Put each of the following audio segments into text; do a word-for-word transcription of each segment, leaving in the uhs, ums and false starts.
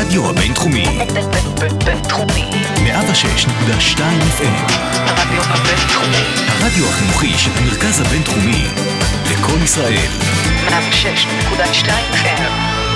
הרדיו הבינתחומי. בינתחומי. מאה ושש נקודה שתיים אף אם. הרדיו הבינתחומי. הרדיו החינוכי של המרכז הבינתחומי. לקום ישראל. מאה ושש נקודה שתיים אף אם.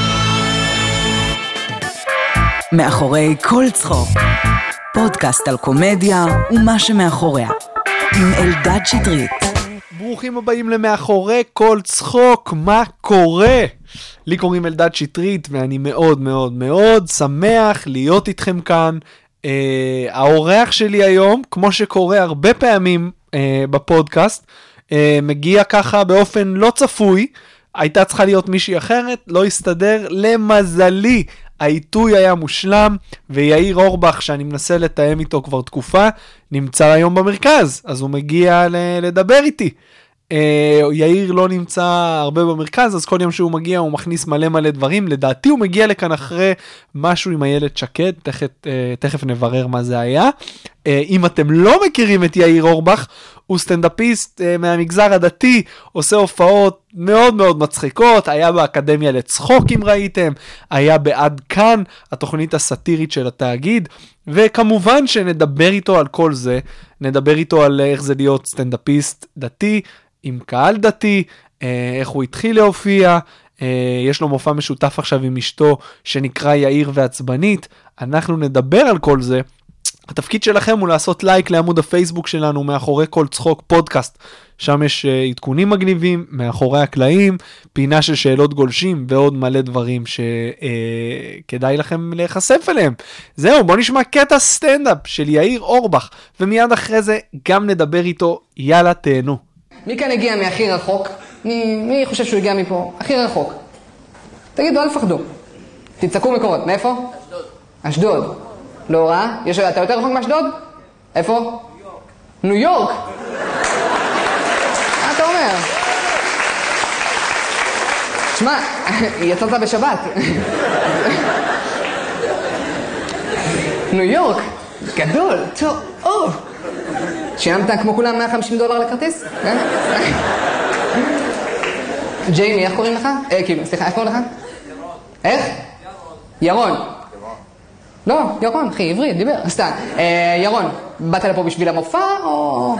מאחורי כל צחוק. פודקאסט על קומדיה ומה שמאחוריה. עם אלדד שטרית. ברוכים הבאים למאחורי כל צחוק, מה קורה? לי קוראים אלדד שטרית ואני מאוד מאוד מאוד שמח להיות איתכם כאן. אה, האורח שלי היום, כמו שקורה הרבה פעמים אה, בפודקאסט, אה, מגיע ככה באופן לא צפוי. הייתה צריכה להיות מישהי אחרת, לא הסתדר, למזלי. העיתוי היה מושלם, ויאיר אורבך, שאני מנסה לתאם איתו כבר תקופה, נמצא היום במרכז, אז הוא מגיע ל- לדבר איתי. אה, יאיר לא נמצא הרבה במרכז, אז כל יום שהוא מגיע הוא מכניס מלא מלא דברים, לדעתי הוא מגיע לכאן אחרי משהו עם הילד שקד, תכף, אה, תכף נברר מה זה היה. אה, אם אתם לא מכירים את יאיר אורבך, הוא סטנדאפיסט uh, מהמגזר הדתי, עושה הופעות מאוד מאוד מצחיקות, היה באקדמיה לצחוק אם ראיתם, היה בעד כאן, התוכנית הסאטירית של התאגיד, וכמובן שנדבר איתו על כל זה, נדבר איתו על איך זה להיות סטנדאפיסט דתי, עם קהל דתי, uh, איך הוא התחיל להופיע, uh, יש לו מופע משותף עכשיו עם אשתו, שנקרא יאיר ועצבנית, אנחנו נדבר על כל זה, התפקיד שלכם הוא לעשות לייק לעמוד הפייסבוק שלנו, מאחורי כל צחוק פודקאסט. שם יש uh, עדכונים מגניבים, מאחורי הקלעים, פינה של שאלות גולשים, ועוד מלא דברים שכדאי uh, לכם להיחשף אליהם. זהו, בוא נשמע קטע סטנדאפ של יאיר אורבך, ומיד אחרי זה גם נדבר איתו, יאללה תהנו. מי כאן הגיע מהכי רחוק? מי, מי חושב שהוא הגיע מפה? הכי רחוק. תגידו, אל תפחדו. תצעקו מקורות. מאיפה? אשדוד. אשדוד. לא רע. יש, אתה יותר רחוק מאשדוד? איפה? ניו יורק. ניו יורק? מה אתה אומר? תשמע, יצאת בשבת. ניו יורק? גדול. טוב, אוף. שילמת כמו כולם מאה וחמישים דולר לכרטיס? כן? ג'יימי, איך קוראים לך? אה, כאילו, סליחה, איך קוראים לך? איך? ירון. ירון. לא, ירון, אחי, עברית, דיבר, סתם. אה, ירון, באת לפה בשביל המופע, או...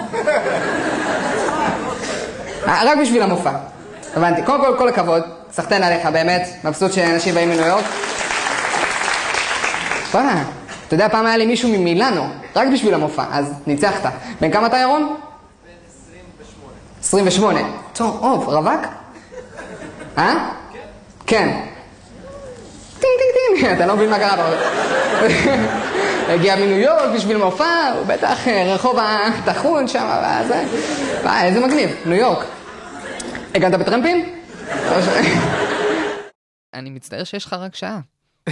אה, רק בשביל המופע. הבנתי, קודם כל, כל הכבוד, סחטן עליך, באמת, מבסוט שאנשים באים מניו יורק. וואלה, אתה יודע, פעם היה לי מישהו ממילאנו, רק בשביל המופע, אז ניצחת. בן כמה אתה, ירון? בן עשרים ושמונה. עשרים ושמונה. טוב, אוב, רווק? אה? כן. טינג טינג טינג, אתה לא מבין מה קרה פה. הגיע מניו יורק בשביל מופע, הוא בטח רחוב התחון שם, וזה. וואי, איזה מגניב, ניו יורק. הגעת בטרמפים? אני מצטער שיש לך רק שעה.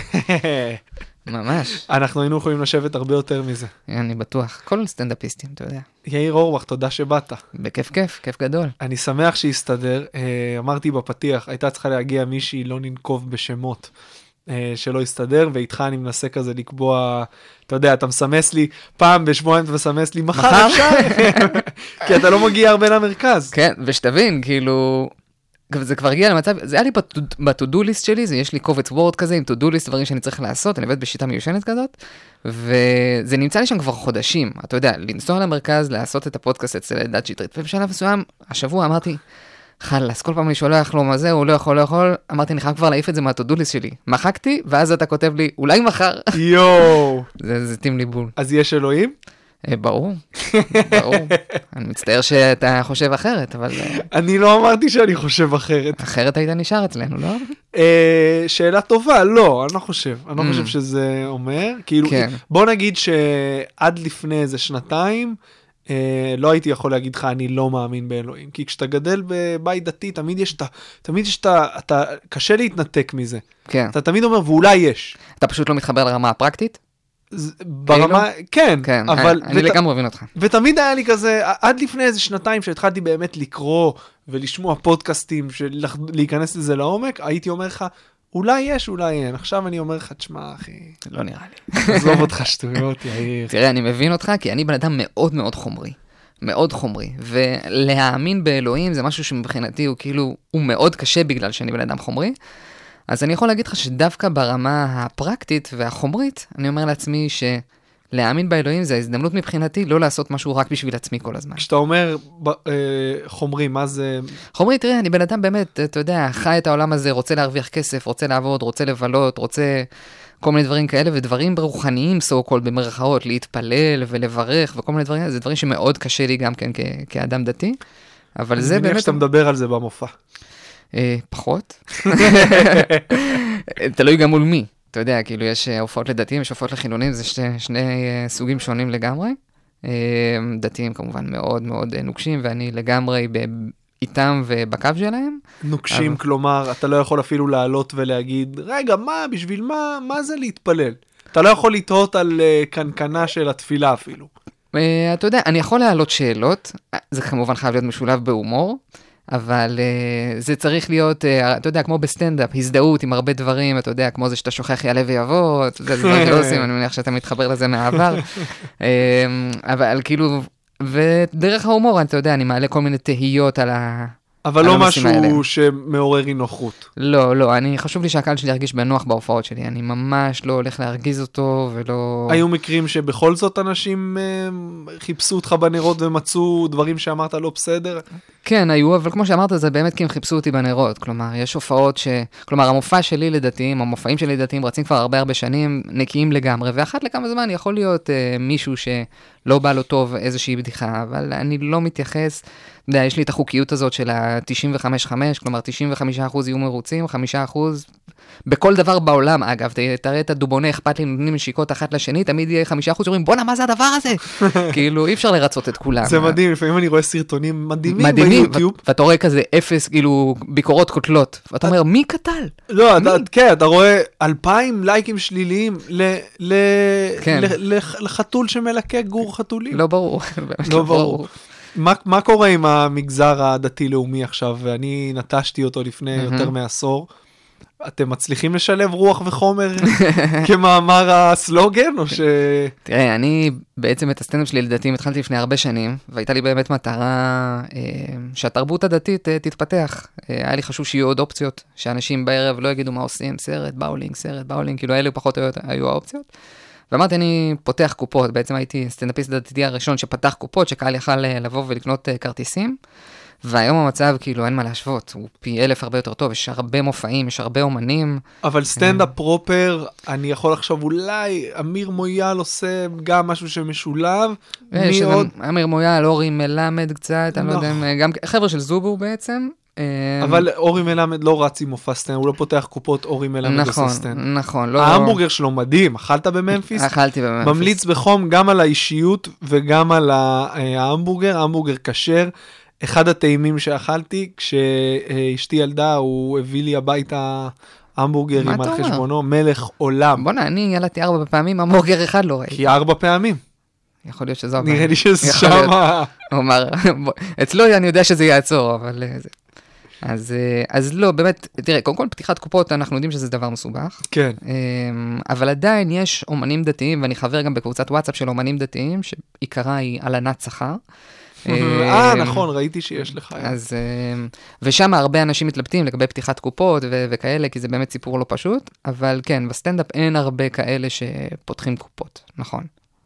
ממש. אנחנו היינו יכולים לשבת הרבה יותר מזה. אני בטוח. כל סטנדאפיסטים, אתה יודע. יאיר אורבך, תודה שבאת. בכיף כיף, כיף גדול. אני שמח שהסתדר. אמרתי בפתיח, הייתה צריכה להגיע מישהי לא ננקוב בשמות שלא הסתדר, ואיתך אני מנסה כזה לקבוע, אתה יודע, אתה מסמס לי, פעם בשבועיים אתה מסמס לי, מחר אפשר. כי אתה לא מגיע הרבה למרכז. כן, ושתבין, כאילו... זה כבר הגיע למצב, זה היה לי ב-to-do list שלי, זה יש לי קובץ וורד כזה עם to-do list, דברים שאני צריך לעשות, אני עובד בשיטה מיושנת כזאת, וזה נמצא לי שם כבר חודשים, אתה יודע, לנסוע למרכז, לעשות את הפודקאסט אצל אלדד שטרית, ובשלב מסוים, השבוע אמרתי, חלס, כל פעם אני שולח לו מה זה, הוא לא יכול, לא יכול, אמרתי, אני חייב כבר להעיף את זה מה-to-do list שלי, מחקתי, ואז אתה כותב לי, אולי מחר. יואו. זה, זה טים לי בול. אז יש אלוהים? ברור, ברור. אני מצטער שאתה חושב אחרת, אבל... אני לא אמרתי שאני חושב אחרת. אחרת היית נשאר אצלנו, לא? שאלה טובה, לא, אני לא חושב. אני לא חושב שזה אומר. כאילו, בוא נגיד שעד לפני איזה שנתיים, לא הייתי יכול להגיד לך, אני לא מאמין באלוהים. כי כשאתה גדל בבית דתי, תמיד יש את ה... תמיד יש את ה... אתה קשה להתנתק מזה. כן. אתה תמיד אומר, ואולי יש. אתה פשוט לא מתחבר לרמה הפרקטית? ברמה, כן, כן, אבל... אני לגמרי מבין אותך. ותמיד היה לי כזה, עד לפני איזה שנתיים שהתחלתי באמת לקרוא ולשמוע פודקאסטים, להיכנס לזה לעומק, הייתי אומר לך, אולי יש, אולי אין. עכשיו אני אומר לך, תשמע, אחי. לא נראה לי. עזוב אותך שטויות, יאיר. תראה, אני מבין אותך, כי אני בן אדם מאוד מאוד חומרי. מאוד חומרי. ולהאמין באלוהים זה משהו שמבחינתי הוא כאילו, הוא מאוד קשה בגלל שאני בן אדם חומרי. אז אני יכול להגיד לך שדווקא ברמה הפרקטית והחומרית, אני אומר לעצמי שלהאמין באלוהים זה ההזדמנות מבחינתי לא לעשות משהו רק בשביל עצמי כל הזמן. כשאתה אומר חומרי, מה זה? חומרי, תראה, אני בן אדם באמת, אתה יודע, חי את העולם הזה, רוצה להרוויח כסף, רוצה לעבוד, רוצה לבלות, רוצה כל מיני דברים כאלה, ודברים רוחניים, so called, במרכאות, להתפלל ולברך, וכל מיני דברים, זה דברים שמאוד קשה לי גם כן כ- כאדם דתי, אבל זה באמת... אני מניח שאתה מדבר על זה במופע. אה, פחות. תלוי גם מול מי. אתה יודע, כאילו, יש הופעות לדתיים, יש הופעות לחילונים, זה שני, שני סוגים שונים לגמרי. דתיים כמובן מאוד מאוד נוקשים, ואני לגמרי ב... איתם ובקו שלהם. נוקשים, אבל... כלומר, אתה לא יכול אפילו לעלות ולהגיד, רגע, מה, בשביל מה, מה זה להתפלל? אתה לא יכול לתהות על uh, קנקנה של התפילה אפילו. Uh, אתה יודע, אני יכול להעלות שאלות, זה כמובן חייב להיות משולב בהומור, אבל uh, זה צריך להיות, uh, אתה יודע, כמו בסטנדאפ, הזדהות עם הרבה דברים, אתה יודע, כמו זה שאתה שוכח יעלה ויבוא, אתה יודע, זה דברים שלא עושים, אני מניח שאתה מתחבר לזה מהעבר. uh, אבל כאילו... ודרך ההומור, אתה יודע, אני מעלה כל מיני תהיות על ה... אבל לא משהו שמעורר אי נוחות. לא, לא, אני חשוב לי שהקהל שלי ירגיש בנוח בהופעות שלי, אני ממש לא הולך להרגיז אותו ולא... היו מקרים שבכל זאת אנשים חיפשו אותך בנרות ומצאו דברים שאמרת לא בסדר? כן, היו, אבל כמו שאמרת, זה באמת כי הם חיפשו אותי בנרות, כלומר, יש הופעות ש... כלומר, המופע שלי לדתיים, המופעים שלי לדתיים רצים כבר הרבה הרבה שנים, נקיים לגמרי, ואחת לכמה זמן יכול להיות אה, מישהו שלא בא לו טוב איזושהי בדיחה, אבל אני לא מתייחס, אתה יודע, יש לי את החוקיות הזאת של ה-תשעים וחמש חמש, כלומר, תשעים וחמישה אחוז יהיו מרוצים, חמישה אחוז, בכל דבר בעולם, אגב, תראה את הדובונה, אכפת לי, נותנים נשיקות אחת לשני, תמיד יהיה חמישה אחוז שאומרים, בוא'נה, מה זה הדבר הזה? כאילו, אי אפשר לרצות את כולם. זה מדהים, לפעמים אני רואה סרטונים מדהימים ביוטיוב. ואתה רואה כזה אפס, כאילו, ביקורות קוטלות. ואתה אומר, מי קטל? לא, כן, אתה רואה אלפיים לייקים שליליים לחתול שמלקק גור חתולים. לא ברור. לא ברור. מה, מה קורה עם המגזר הדתי-לאומי עכשיו? ואני נטשתי אותו לפני יותר מעשור. אתם מצליחים לשלב רוח וחומר כמאמר הסלוגן, או ש... תראה, אני בעצם את הסטנדאפ שלי לדתיים התחלתי לפני הרבה שנים, והייתה לי באמת מטרה שהתרבות הדתית תתפתח. היה לי חשוב שיהיו עוד אופציות, שאנשים בערב לא יגידו מה עושים, סרט, באולינג, סרט, באולינג, כאילו אלה פחות היו האופציות. ואמרתי, אני פותח קופות, בעצם הייתי סטנדאפיסט דתי הראשון שפתח קופות, שקהל יכל לבוא ולקנות כרטיסים, והיום המצב כאילו אין מה להשוות, הוא פי אלף הרבה יותר טוב, יש הרבה מופעים, יש הרבה אומנים. אבל סטנדאפ פרופר, אני יכול לחשוב אולי, אמיר מויאל עושה גם משהו שמשולב, מי עוד? אמיר מויאל, אורי מלמד קצת, אני לא יודע, גם חבר'ה של זובו בעצם. אבל אורי מלמד לא רץ עם מופע סטנד, הוא לא פותח קופות אורי מלמד עושה סטנד. נכון, נכון. ההמבורגר שלו מדהים, אכלת בממפיס? אכלתי בממפיס. ממליץ בחום גם על האישיות וגם על ההמבורגר, ההמבורגר כשר. אחד הטעימים שאכלתי, כשאשתי ילדה, הוא הביא לי הביתה המבורגרים על חשבונו, מלך עולם. בוא'נה, אני ילדתי ארבע פעמים, המבורגר אחד לא ראיתי. כי ארבע פעמים. יכול להיות שזו הבעיה. נראה לי שזה שמה. הוא אמר, אצלו אני יודע שזה יעצור, אבל זה... אז, אז לא, באמת, תראה, קודם כל פתיחת קופות, אנחנו יודעים שזה דבר מסובך. כן. אבל עדיין יש אומנים דתיים, ואני חבר גם בקבוצת וואטסאפ של אומנים דתיים, שעיקרה היא הלנת שכר. אה, נכון, ראיתי שיש לך. אז, ושם הרבה אנשים מתלבטים לגבי פתיחת קופות ו- וכאלה, כי זה באמת סיפור לא פשוט, אבל כן, בסטנדאפ אין הרבה כאלה שפותחים קופות, נכון.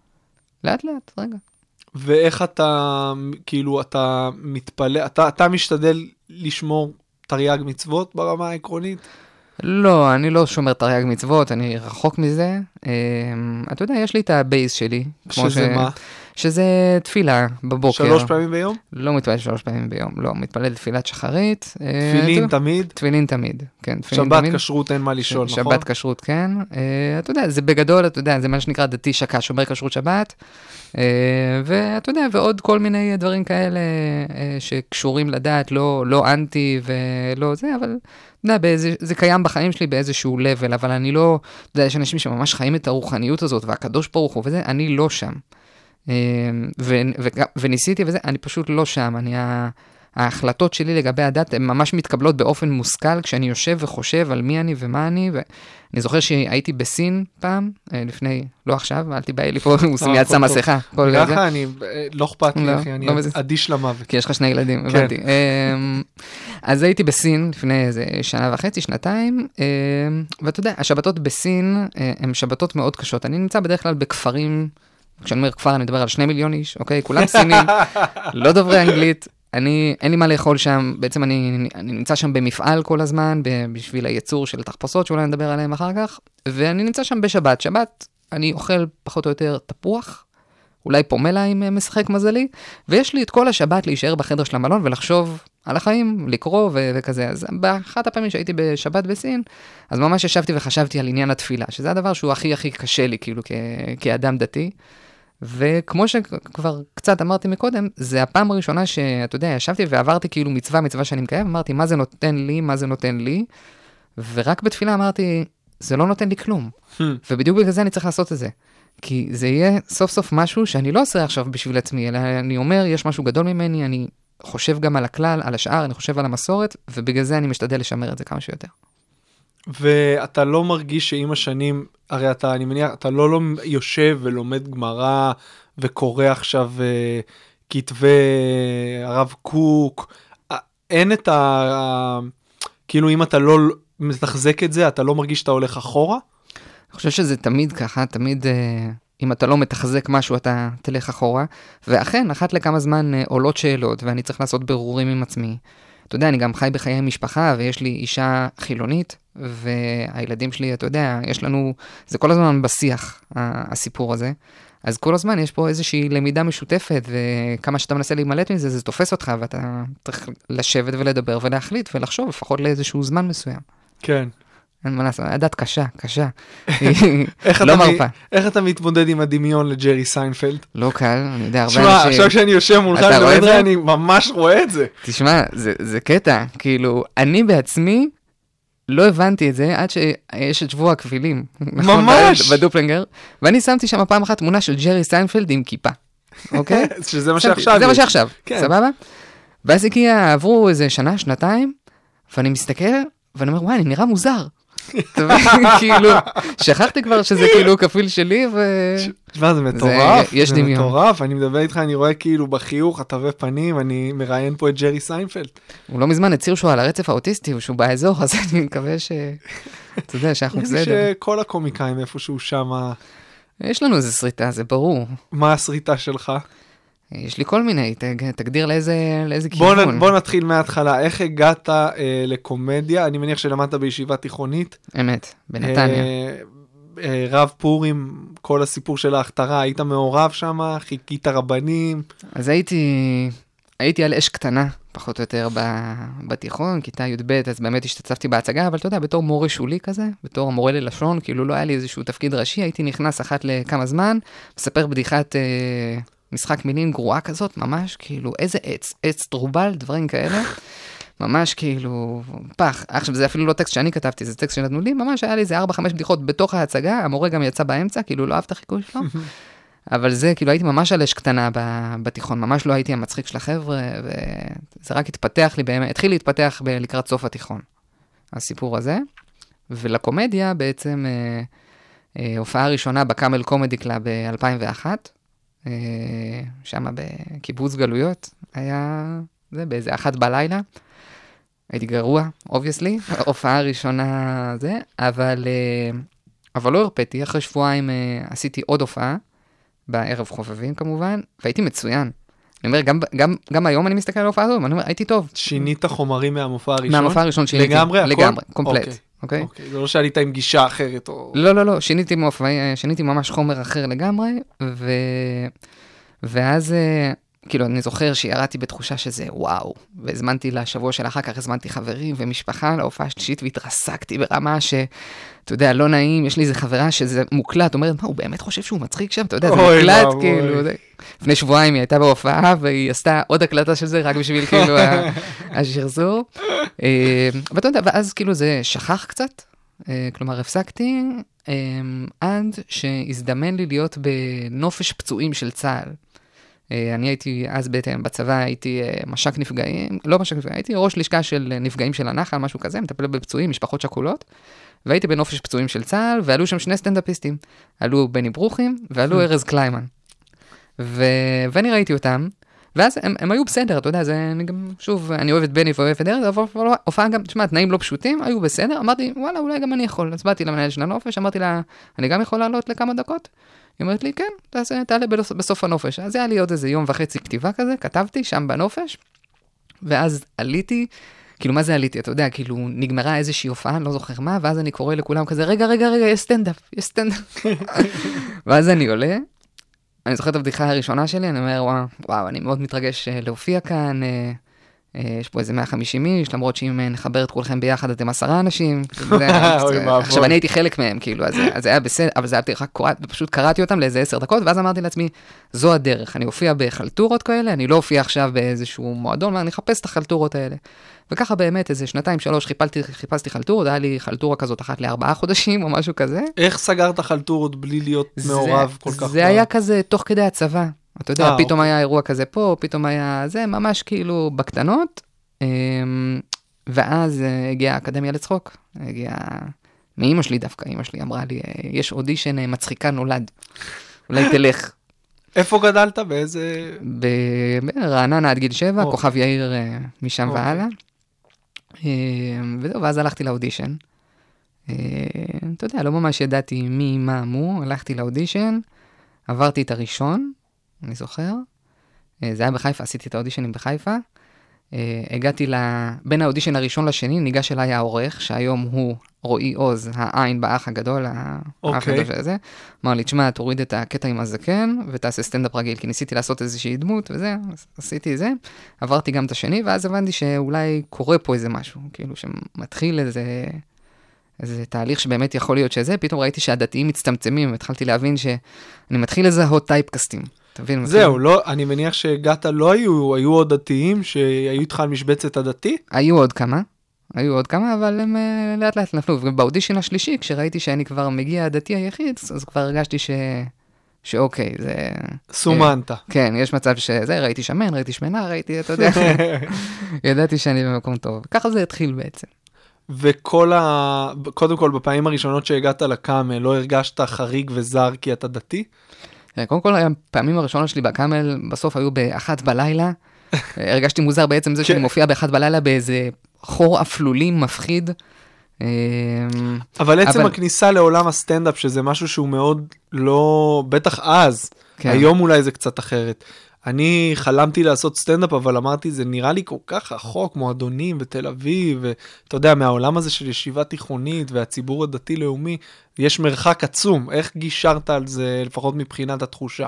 לאט לאט, רגע. ואיך אתה, כאילו, אתה מתפלא, אתה, אתה משתדל לשמור תרי"ג מצוות ברמה העקרונית? לא, אני לא שומר תרי"ג מצוות, אני רחוק מזה. אתה יודע, יש לי את הבייס שלי. שזה מה? שזה תפילה בבוקר. שלוש פעמים ביום? לא מתפלל שלוש פעמים ביום, לא, מתפלל תפילת שחרית. תפילין תמיד? תפילין תמיד, כן. שבת כשרות אין מה לשאול, נכון? שבת כשרות, כן. אתה יודע, זה בגדול, אתה יודע, זה מה שנקרא דתי שקה, שומר כשרות שבת. ואתה יודע, ועוד כל מיני דברים כאלה שקשורים לדעת, לא אנטי ולא זה, אבל... זה קיים בחיים שלי באיזשהו לבל, אבל אני לא, אתה יודע, יש אנשים שממש חיים את הרוחניות הזאת, והקדוש ברוך הוא וזה, אני לא שם. וניסיתי וזה, אני פשוט לא שם. אני, ההחלטות שלי לגבי הדת, הן ממש מתקבלות באופן מושכל, כשאני יושב וחושב על מי אני ומה אני, ואני זוכר שהייתי בסין פעם, לפני, לא עכשיו, אל תיבאי לי פה, הוא מיד שם מסכה. ככה, אני, לא אכפת לי, אחי, אני אדיש למוות. כי יש לך שני ילדים, הבנתי. אז הייתי בסין לפני איזה שנה וחצי, שנתיים, ואתה יודע, השבתות בסין הן שבתות מאוד קשות. אני נמצא בדרך כלל בכפרים, כשאני אומר כפר, אני מדבר על שני מיליון איש, אוקיי? כולם סינים, לא דוברי אנגלית, אני, אין לי מה לאכול שם, בעצם אני, אני נמצא שם במפעל כל הזמן, בשביל הייצור של תחפושות, שאולי נדבר עליהם אחר כך, ואני נמצא שם בשבת. שבת, אני אוכל פחות או יותר תפוח, אולי פומלה אם משחק מזלי, ויש לי את כל השבת להישאר בחדר של המלון ולחשוב על החיים, לקרוא ו- וכזה. אז באחת הפעמים שהייתי בשבת בסין, אז ממש ישבתי וחשבתי על עניין התפילה, שזה הדבר שהוא הכי הכי קשה לי, כאילו, כ- כאדם דתי. וכמו שכבר קצת אמרתי מקודם, זה הפעם הראשונה שאתה יודע, ישבתי ועברתי כאילו מצווה, מצווה שאני מקיים, אמרתי, מה זה נותן לי, מה זה נותן לי, ורק בתפילה אמרתי, זה לא נותן לי כלום. ובדיוק בגלל זה אני צריך לעשות את זה. כי זה יהיה סוף סוף משהו שאני לא עושה עכשיו בשביל עצמי, אלא אני אומר, יש משהו גדול ממני, אני חושב גם על הכלל, על השאר, אני חושב על המסורת, ובגלל זה אני משתדל לשמר את זה כמה שיותר. ואתה לא מרגיש שעם השנים, הרי אתה, אני מניח, אתה לא, לא יושב ולומד גמרא, וקורא עכשיו uh, כתבי הרב קוק, אין את ה... כאילו אם אתה לא מתחזק את זה, אתה לא מרגיש שאתה הולך אחורה? אני חושב שזה תמיד ככה, תמיד, אם אתה לא מתחזק משהו, אתה תלך אחורה, ואכן, אחת לכמה זמן עולות שאלות, ואני צריך לעשות ברורים עם עצמי. אתה יודע, אני גם חי בחיי משפחה, ויש לי אישה חילונית, והילדים שלי, אתה יודע, יש לנו, זה כל הזמן בשיח, הסיפור הזה. אז כל הזמן יש פה איזושהי למידה משותפת, וכמה שאתה מנסה להימלט מזה, זה תופס אותך, ואתה צריך לשבת ולדבר ולהחליט, ולחשוב, לפחות לאיזשהו זמן מסוים. כן. אין מה לעשות, הדת קשה, קשה. לא מרפה. איך אתה מתמודד עם הדמיון לג'רי סיינפלד? לא קל, אני יודע, הרבה תשמע, עכשיו שאני יושב מולך, אני ממש רואה את זה. תשמע, זה קטע, כאילו, אני בעצמי לא הבנתי את זה עד שיש את שבוע הכבילים. ממש! בדופלנגר, ואני שמתי שם פעם אחת תמונה של ג'רי סיינפלד עם כיפה. אוקיי? שזה מה שעכשיו. זה מה שעכשיו, סבבה? ואז הגיע, עברו איזה שנה, שנתיים, ואני מסתכל, ואני אומר, וואי, אני נראה מוזר. כאילו, שכחתי כבר שזה כאילו כפיל שלי, ו... תשמע, זה מטורף, יש זה דמיון. מטורף, אני מדבר איתך, אני רואה כאילו בחיוך, התווי פנים, אני מראיין פה את ג'רי סיינפלד. הוא לא מזמן הצהיר שהוא על הרצף האוטיסטי, שהוא באזור, אז אני מקווה ש... אתה יודע, שאנחנו בסדר. נראה שכל הקומיקאים איפשהו שם... יש לנו איזה שריטה, זה ברור. מה השריטה שלך? יש לי כל מיני, תגדיר לאיזה, לאיזה כיוון. בוא נתחיל מההתחלה, איך הגעת אה, לקומדיה? אני מניח שלמדת בישיבה תיכונית. אמת, בנתניה. אה, אה, רב פורים, כל הסיפור של ההכתרה, היית מעורב שם, חיכית רבנים. אז הייתי, הייתי על אש קטנה, פחות או יותר בתיכון, כיתה י' ב', אז באמת השתתפתי בהצגה, אבל אתה יודע, בתור מורה שולי כזה, בתור מורה ללשון, כאילו לא היה לי איזשהו תפקיד ראשי, הייתי נכנס אחת לכמה זמן, מספר בדיחת... אה, משחק מילים גרועה כזאת, ממש כאילו, איזה עץ, עץ טרובל, דברים כאלה, ממש כאילו, פח. עכשיו, זה אפילו לא טקסט שאני כתבתי, זה טקסט שנתנו לי, ממש היה לי איזה ארבע, חמש בדיחות בתוך ההצגה, המורה גם יצא באמצע, כאילו לא אהב את החיקוי שלו, אבל זה, כאילו, הייתי ממש על אש קטנה בתיכון, ממש לא הייתי המצחיק של החבר'ה, וזה רק התפתח לי, באמת, התחיל להתפתח לקראת סוף התיכון, הסיפור הזה, ולקומדיה בעצם, הופעה ראשונה בקאמל קומדי קלאב ב-אלפיים ואחת, שם בקיבוץ גלויות, היה זה באיזה אחת בלילה, הייתי גרוע, obviously, הופעה ראשונה זה, אבל, אבל לא הרפאתי, אחרי שבועיים עשיתי עוד הופעה, בערב חובבים כמובן, והייתי מצוין. אני אומר, גם, גם, גם היום אני מסתכל על ההופעה הזאת, אני אומר, הייתי טוב. שינית חומרים מהמופע הראשון? מהמופע הראשון שיניתי. לגמרי? לגמרי, קומפלט. אוקיי. אוקיי, זה לא שעלית עם גישה אחרת או... לא, לא, לא, שיניתי מופע, שיניתי ממש חומר אחר לגמרי, ו... ואז, כאילו, אני זוכר שירדתי בתחושה שזה וואו, והזמנתי לשבוע של אחר כך, הזמנתי חברים ומשפחה להופעה שלישית, והתרסקתי ברמה ש... אתה יודע, לא נעים, יש לי איזה חברה שזה מוקלט, אומרת, מה, הוא באמת חושב שהוא מצחיק שם? אתה יודע, זה מוקלט, כאילו, לפני שבועיים היא הייתה בהופעה, והיא עשתה עוד הקלטה של זה, רק בשביל, כאילו, השחזור. ואתה יודע, ואז, כאילו, זה שכח קצת, כלומר, הפסקתי, עד שהזדמן לי להיות בנופש פצועים של צה"ל. אני הייתי, אז בעצם בצבא, הייתי משק נפגעים, לא משק נפגעים, הייתי ראש לשכה של נפגעים של הנחל, משהו כזה, מטפל בפצועים, משפחות שכולות, והייתי בנופש פצועים של צה"ל, ועלו שם שני סטנדאפיסטים. עלו בני ברוכים, ועלו ארז קליימן. ו... ואני ראיתי אותם, ואז הם, הם היו בסדר, אתה יודע, זה, אני גם, שוב, אני אוהב את בני ואוהב את ארז, אבל הופעה גם, תשמע, תנאים לא פשוטים, היו בסדר, אמרתי, וואלה, אולי גם אני יכול. אז באתי למנהל של הנופש, אמרתי לה, אני גם יכול לעלות לכמה דקות? היא אומרת לי, כן, תעשה, תעלה בסוף הנופש. אז היה לי עוד איזה יום וחצי כתיבה כזה, כתבתי שם בנופש, ואז עליתי, כאילו, מה זה עליתי? אתה יודע, כאילו, נגמרה איזושהי הופעה, לא זוכר מה, ואז אני קורא לכולם כזה, רגע, רגע, רגע, יש סטנדאפ, יש סטנדאפ. ואז אני עולה, אני זוכר את הבדיחה הראשונה שלי, אני אומר, וואו, וואו, אני מאוד מתרגש להופיע כאן, יש פה איזה מאה וחמישים איש, למרות שאם נחבר את כולכם ביחד, אתם עשרה אנשים. עכשיו, אני הייתי חלק מהם, כאילו, אז זה היה בסדר, אבל זה היה רק, פשוט קראתי אותם לאיזה עשר דקות, ואז אמרתי לעצמי, זו הדרך, אני הופיע בחלטורות כאלה, אני לא הופיע עכשיו באיזשהו מועדון, אני אחפש את החלטורות האלה. וככה באמת, איזה שנתיים, שלוש, חיפשתי חלטורות, היה לי חלטורה כזאת אחת לארבעה חודשים, או משהו כזה. איך סגרת חלטורות בלי להיות מעורב כל כך? זה היה כזה תוך כדי הצבא. אתה יודע, פתאום היה אירוע כזה פה, פתאום היה זה, ממש כאילו בקטנות, ואז הגיעה האקדמיה לצחוק, הגיעה מאמא שלי דווקא, אמא שלי אמרה לי, יש אודישן מצחיקה נולד, אולי תלך. איפה גדלת? באיזה... ברעננה עד גיל שבע, כוכב יאיר משם והלאה, וזהו, ואז הלכתי לאודישן. אתה יודע, לא ממש ידעתי מי, מה, מו, הלכתי לאודישן, עברתי את הראשון, אני זוכר, זה היה בחיפה, עשיתי את האודישנים בחיפה, הגעתי בין האודישן הראשון לשני, ניגש אליי העורך, שהיום הוא רועי עוז, העין באח הגדול, האח הגדול וזה, אמר לי, תשמע, תוריד את הקטע עם הזקן, ותעשה סטנדאפ רגיל, כי ניסיתי לעשות איזושהי דמות, וזה, עשיתי זה, עברתי גם את השני, ואז הבנתי שאולי קורה פה איזה משהו, כאילו שמתחיל איזה... איזה תהליך שבאמת יכול להיות שזה, פתאום ראיתי שהדתיים מצטמצמים, התחלתי להבין שאני מתחיל לזהות טייפקסטים. תבין, זהו, לא, אני מניח שהגעת, לא היו, היו עוד דתיים שהיו איתך על משבצת הדתי? היו עוד כמה, היו עוד כמה, אבל הם לאט לאט נפלו. ובאודישן השלישי, כשראיתי שאני כבר מגיע הדתי היחיד, אז כבר הרגשתי ש... שאוקיי, זה... סומנת. כן, יש מצב שזה, ראיתי שמן, ראיתי שמנה, ראיתי, אתה יודע, ידעתי שאני במקום טוב. ככה זה התחיל בעצם. וכל ה... קודם כל, בפעמים הראשונות שהגעת לקאמל, לא הרגשת חריג וזר כי אתה דתי? קודם כל, הפעמים הראשונות שלי בקאמל, בסוף היו באחת בלילה. הרגשתי מוזר בעצם זה שאני מופיע באחת בלילה באיזה חור אפלולים מפחיד. אבל עצם הכניסה לעולם הסטנדאפ, שזה משהו שהוא מאוד לא... בטח אז, היום אולי זה קצת אחרת. אני חלמתי לעשות סטנדאפ, אבל אמרתי, זה נראה לי כל כך רחוק, מועדונים בתל אביב, ואתה יודע, מהעולם הזה של ישיבה תיכונית, והציבור הדתי-לאומי, יש מרחק עצום. איך גישרת על זה, לפחות מבחינת התחושה?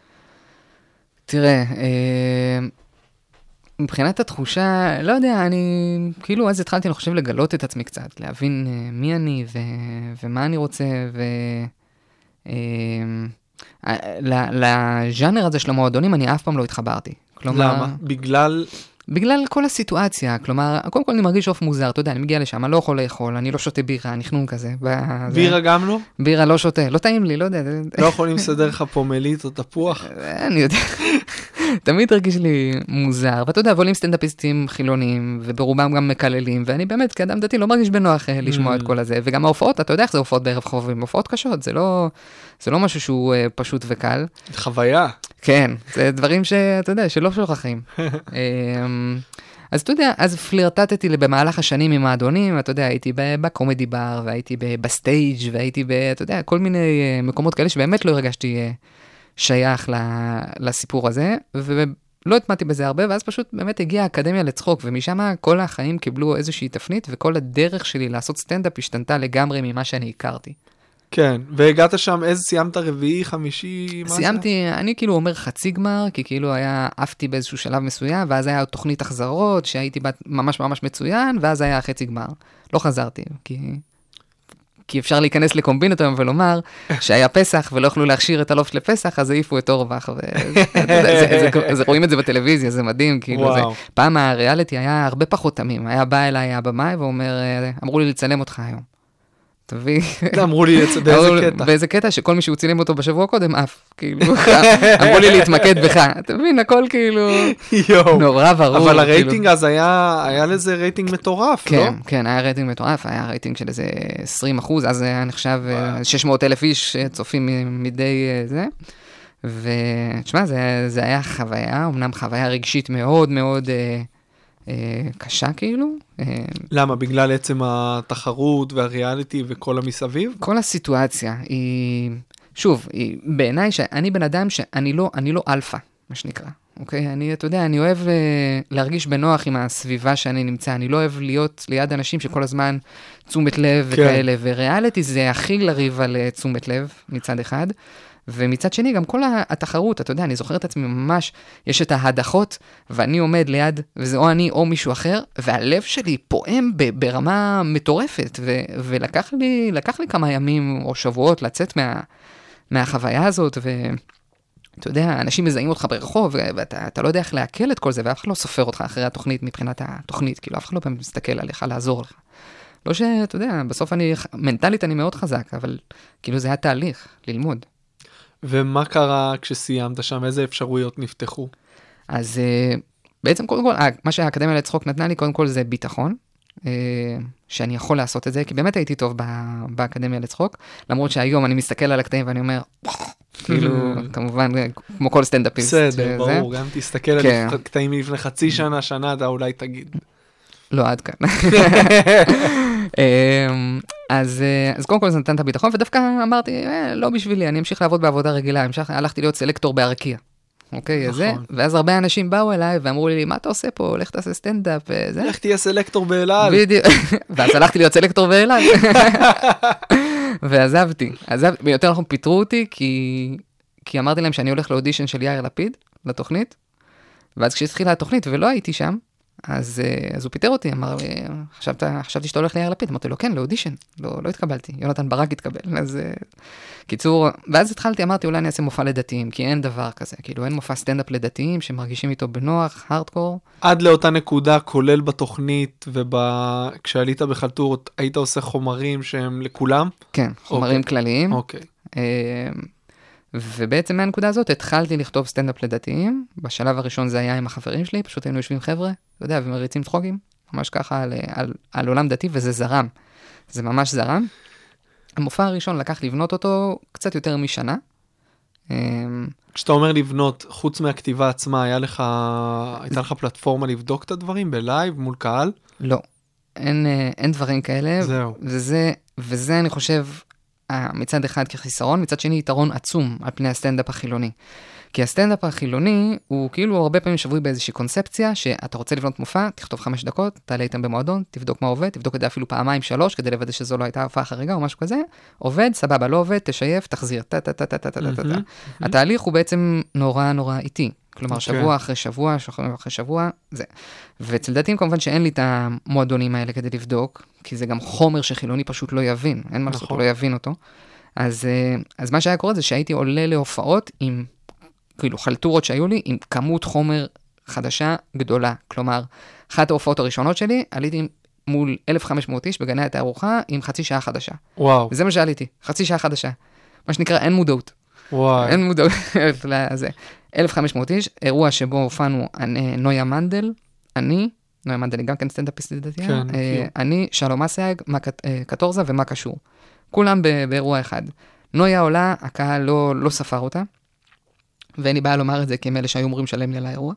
תראה, מבחינת התחושה, לא יודע, אני, כאילו, אז התחלתי, אני חושב, לגלות את עצמי קצת, להבין מי אני, ומה אני רוצה, ו... לז'אנר הזה של המועדונים אני אף פעם לא התחברתי. למה? בגלל... בגלל כל הסיטואציה, כלומר, קודם כל אני מרגיש אוף מוזר, אתה יודע, אני מגיע לשם, אני לא יכול לאכול, אני לא שותה בירה, אני חנון כזה. בירה גם לא? בירה לא שותה, לא טעים לי, לא יודע. לא יכולים לסדר לך פומלית או תפוח? אני יודע. תמיד הרגיש לי מוזר, ואתה יודע, עולים סטנדאפיסטים חילונים, וברובם גם מקללים, ואני באמת, כאדם דתי, לא מרגיש בנוח לשמוע את כל הזה, וגם ההופעות, אתה יודע איך זה הופעות בערב חובים, הופעות קשות, זה לא, זה לא משהו שהוא פשוט וקל. חוויה. כן, זה דברים שאתה יודע, שלא שוכחים. אז אתה יודע, אז פלירטטתי במהלך השנים עם האדונים, אתה יודע, הייתי בקומדי בר, והייתי בסטייג' והייתי ב, אתה יודע, כל מיני מקומות כאלה שבאמת לא הרגשתי שייך לסיפור הזה, ולא התמדתי בזה הרבה, ואז פשוט באמת הגיעה האקדמיה לצחוק, ומשם כל החיים קיבלו איזושהי תפנית, וכל הדרך שלי לעשות סטנדאפ השתנתה לגמרי ממה שאני הכרתי. כן, והגעת שם, איזה סיימת רביעי, חמישי, מה זה? סיימתי, אני כאילו אומר חצי גמר, כי כאילו היה, עפתי באיזשהו שלב מסוים, ואז היה תוכנית החזרות, שהייתי ממש ממש מצוין, ואז היה חצי גמר. לא חזרתי, כי... כי אפשר להיכנס לקומבינות היום ולומר שהיה פסח ולא יכלו להכשיר את הלוף של פסח, אז העיפו את אורבך. רואים את זה בטלוויזיה, זה מדהים. פעם הריאליטי היה הרבה פחות תמים. היה בא אליי הבמאי ואומר, אמרו לי לצלם אותך היום. תביא. אמרו לי באיזה קטע. באיזה קטע שכל מי שהוא צילם אותו בשבוע קודם, אף. אמרו לי להתמקד בך. תבין, הכל כאילו נורא ברור. אבל הרייטינג אז היה לזה רייטינג מטורף, לא? כן, כן, היה רייטינג מטורף. היה רייטינג של איזה עשרים אחוז, אז היה נחשב שש מאות אלף איש צופים מדי זה. ותשמע, זה, זה היה חוויה, אמנם חוויה רגשית מאוד מאוד אה, אה, קשה כאילו. אה, למה? בגלל עצם התחרות והריאליטי וכל המסביב? כל הסיטואציה היא, שוב, היא, בעיניי שאני בן אדם שאני לא, אני לא אלפא, מה שנקרא. אוקיי? אני, אתה יודע, אני אוהב אה, להרגיש בנוח עם הסביבה שאני נמצא, אני לא אוהב להיות ליד אנשים שכל הזמן תשומת לב כן. וכאלה, וריאליטי זה הכי לריב על uh, תשומת לב מצד אחד, ומצד שני גם כל התחרות, אתה יודע, אני זוכר את עצמי ממש, יש את ההדחות, ואני עומד ליד, וזה או אני או מישהו אחר, והלב שלי פועם ב- ברמה מטורפת, ו- ולקח לי, לקח לי כמה ימים או שבועות לצאת מה, מהחוויה הזאת, ו... אתה יודע, אנשים מזהים אותך ברחוב, ואתה אתה לא יודע איך להקל את כל זה, ואף אחד לא סופר אותך אחרי התוכנית מבחינת התוכנית, כאילו אף אחד לא פעם מסתכל עליך, לעזור לך. לא שאתה יודע, בסוף אני, מנטלית אני מאוד חזק, אבל כאילו זה היה תהליך, ללמוד. ומה קרה כשסיימת שם? איזה אפשרויות נפתחו? אז בעצם קודם כל, מה שהאקדמיה לצחוק נתנה לי, קודם כל זה ביטחון, שאני יכול לעשות את זה, כי באמת הייתי טוב באקדמיה לצחוק, למרות שהיום אני מסתכל על הקטעים ואני אומר, כאילו, כמובן, כמו כל סטנדאפיסט. בסדר, ברור, גם תסתכל על קטעים לפני חצי שנה, שנה, אתה אולי תגיד. לא, עד כאן. אז קודם כל זה נתן את הביטחון, ודווקא אמרתי, לא בשבילי, אני אמשיך לעבוד בעבודה רגילה, הלכתי להיות סלקטור בארקיה. אוקיי, אז זה, ואז הרבה אנשים באו אליי ואמרו לי, מה אתה עושה פה? הולך תעשה סטנדאפ וזה. לך תהיה סלקטור באלעד. בדיוק, ואז הלכתי להיות סלקטור באלעד. ועזבתי. יותר נכון פיטרו אותי, כי אמרתי להם שאני הולך לאודישן של יאיר לפיד, לתוכנית, ואז כשהתחילה התוכנית ולא הייתי שם, אז הוא פיטר אותי, אמר לי, חשבתי שאתה הולך ליאיר לפיד, אמרתי לו, כן, לאודישן, לא התקבלתי, יונתן ברק התקבל, אז קיצור, ואז התחלתי, אמרתי, אולי אני אעשה מופע לדתיים, כי אין דבר כזה, כאילו אין מופע סטנדאפ לדתיים, שמרגישים איתו בנוח, הארדקור. עד לאותה נקודה, כולל בתוכנית, וכשעלית בחלטורות, היית עושה חומרים שהם לכולם? כן, חומרים כלליים. אוקיי. ובעצם מהנקודה הזאת התחלתי לכתוב סטנדאפ לדתיים, בשלב הראשון זה היה עם החברים שלי, פשוט היינו יושבים חבר'ה, אתה יודע, ומריצים צחוקים, ממש ככה על, על, על עולם דתי, וזה זרם, זה ממש זרם. המופע הראשון לקח לבנות אותו קצת יותר משנה. כשאתה אומר לבנות, חוץ מהכתיבה עצמה, היה לך, הייתה לך פלטפורמה לבדוק את הדברים בלייב מול קהל? לא, אין, אין דברים כאלה. זהו. וזה, וזה אני חושב, מצד אחד כחיסרון, מצד שני יתרון עצום על פני הסטנדאפ החילוני. כי הסטנדאפ החילוני הוא כאילו הרבה פעמים שבוי באיזושהי קונספציה, שאתה רוצה לבנות מופע, תכתוב חמש דקות, תעלה איתם במועדון, תבדוק מה עובד, תבדוק את זה אפילו פעמיים שלוש, כדי לוודא שזו לא הייתה הופעה חריגה או משהו כזה, עובד, סבבה, לא עובד, תשייף, תחזיר, טה-טה-טה-טה-טה-טה-טה. התהליך הוא בעצם נורא נורא איטי. כלומר, שבוע אחרי שבוע, שבוע אחרי שבוע, זה. ואצל דתיים כמובן שאין לי את המועדונים האלה כדי לבדוק, כי זה גם חומר שחילוני פשוט לא יבין, אין מה לעשות, הוא לא יבין אותו. אז, אז מה שהיה קורה זה שהייתי עולה להופעות עם, כאילו, חלטורות שהיו לי, עם כמות חומר חדשה גדולה. כלומר, אחת ההופעות הראשונות שלי, עליתי מול אלף וחמש מאות איש בגני התערוכה עם חצי שעה חדשה. וואו. וזה מה שעליתי, חצי שעה חדשה. מה שנקרא, אין מודעות. וואי. אין מודעות לזה. אלף וחמש מאות איש, אירוע שבו הופענו נויה מנדל, אני, נויה מנדל, גם כן סטנדאפיסט לדעתי, כן, אני, שלום אסייג, קטורזה ומה קשור. כולם באירוע אחד. נויה עולה, הקהל לא, לא ספר אותה, ואין לי בעיה לומר את זה, כי הם אלה שהיו אומרים שלם לי על האירוע.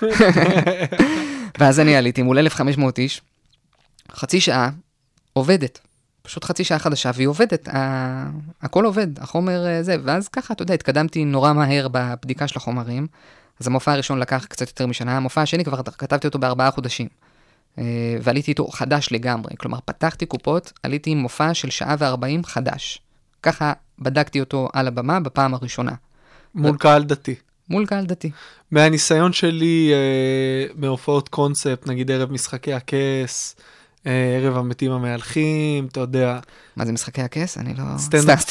ואז אני עליתי מול אלף וחמש מאות איש, חצי שעה, עובדת. פשוט חצי שעה חדשה, והיא עובדת, הכל עובד, החומר זה, ואז ככה, אתה יודע, התקדמתי נורא מהר בבדיקה של החומרים, אז המופע הראשון לקח קצת יותר משנה, המופע השני כבר כתבתי אותו בארבעה חודשים, ועליתי איתו חדש לגמרי, כלומר, פתחתי קופות, עליתי עם מופע של שעה וארבעים חדש, ככה בדקתי אותו על הבמה בפעם הראשונה. מול קהל דתי. מול קהל דתי. מהניסיון שלי, מהופעות קונספט, נגיד ערב משחקי הכס, ערב המתים המהלכים, אתה יודע. מה זה משחקי הכס? אני לא... סטנדאפ.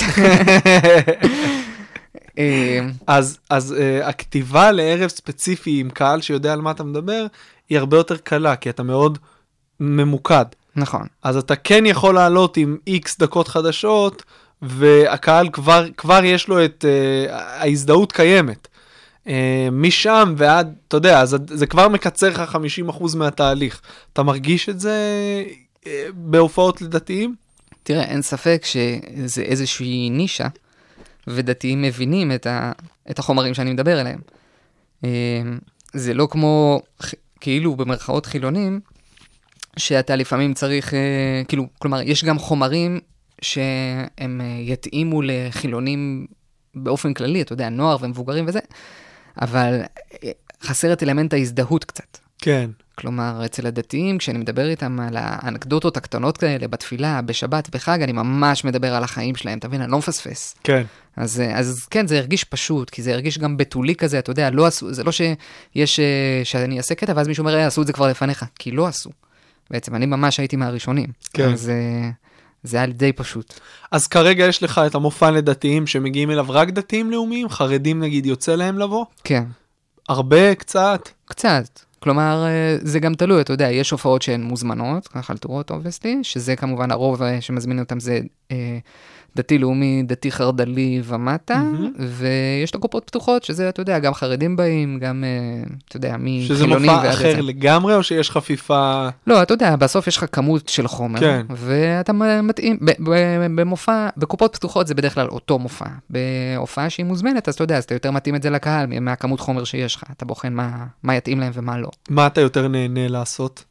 אז, אז הכתיבה לערב ספציפי עם קהל שיודע על מה אתה מדבר, היא הרבה יותר קלה, כי אתה מאוד ממוקד. נכון. אז אתה כן יכול לעלות עם איקס דקות חדשות, והקהל כבר, כבר יש לו את, uh, ההזדהות קיימת. Uh, משם ועד, אתה יודע, זה, זה כבר מקצר לך חמישים אחוז מהתהליך. אתה מרגיש את זה uh, בהופעות לדתיים? תראה, אין ספק שזה איזושהי נישה, ודתיים מבינים את, ה, את החומרים שאני מדבר עליהם. זה לא כמו, כאילו במרכאות חילונים, שאתה לפעמים צריך, כאילו, כלומר, יש גם חומרים שהם יתאימו לחילונים באופן כללי, אתה יודע, נוער ומבוגרים וזה, אבל חסר את אלמנט ההזדהות קצת. כן. כלומר, אצל הדתיים, כשאני מדבר איתם על האנקדוטות הקטנות כאלה, בתפילה, בשבת, בחג, אני ממש מדבר על החיים שלהם, אתה מבין? אני לא מפספס. כן. אז, אז כן, זה הרגיש פשוט, כי זה הרגיש גם בתולי כזה, אתה יודע, לא עשו, זה לא שיש, שאני אעשה קטע, ואז מישהו אומר, עשו את זה כבר לפניך, כי לא עשו. בעצם, אני ממש הייתי מהראשונים. כן. אז זה היה די פשוט. אז כרגע יש לך את המופע לדתיים, שמגיעים אליו רק דתיים לאומיים, חרדים נגיד יוצא להם לבוא? כן. הרבה, קצת? קצת. כלומר, זה גם תלוי, אתה יודע, יש הופעות שהן מוזמנות, חלטורות, obviously, שזה כמובן הרוב שמזמין אותם זה אה, דתי לאומי, דתי חרדלי ומטה, mm-hmm. ויש את הקופות פתוחות, שזה, אתה יודע, גם חרדים באים, גם, אה, אתה יודע, מחילונים. שזה מופע אחר זה. לגמרי, או שיש חפיפה? לא, אתה יודע, בסוף יש לך כמות של חומר, כן. ואתה מתאים, במופע, בקופות פתוחות זה בדרך כלל אותו מופע. בהופעה שהיא מוזמנת, אז אתה יודע, אז אתה יותר מתאים את זה לקהל, מהכמות חומר שיש לך. אתה בוחן מה, מה יתאים להם ומה לא. מה אתה יותר נהנה לעשות?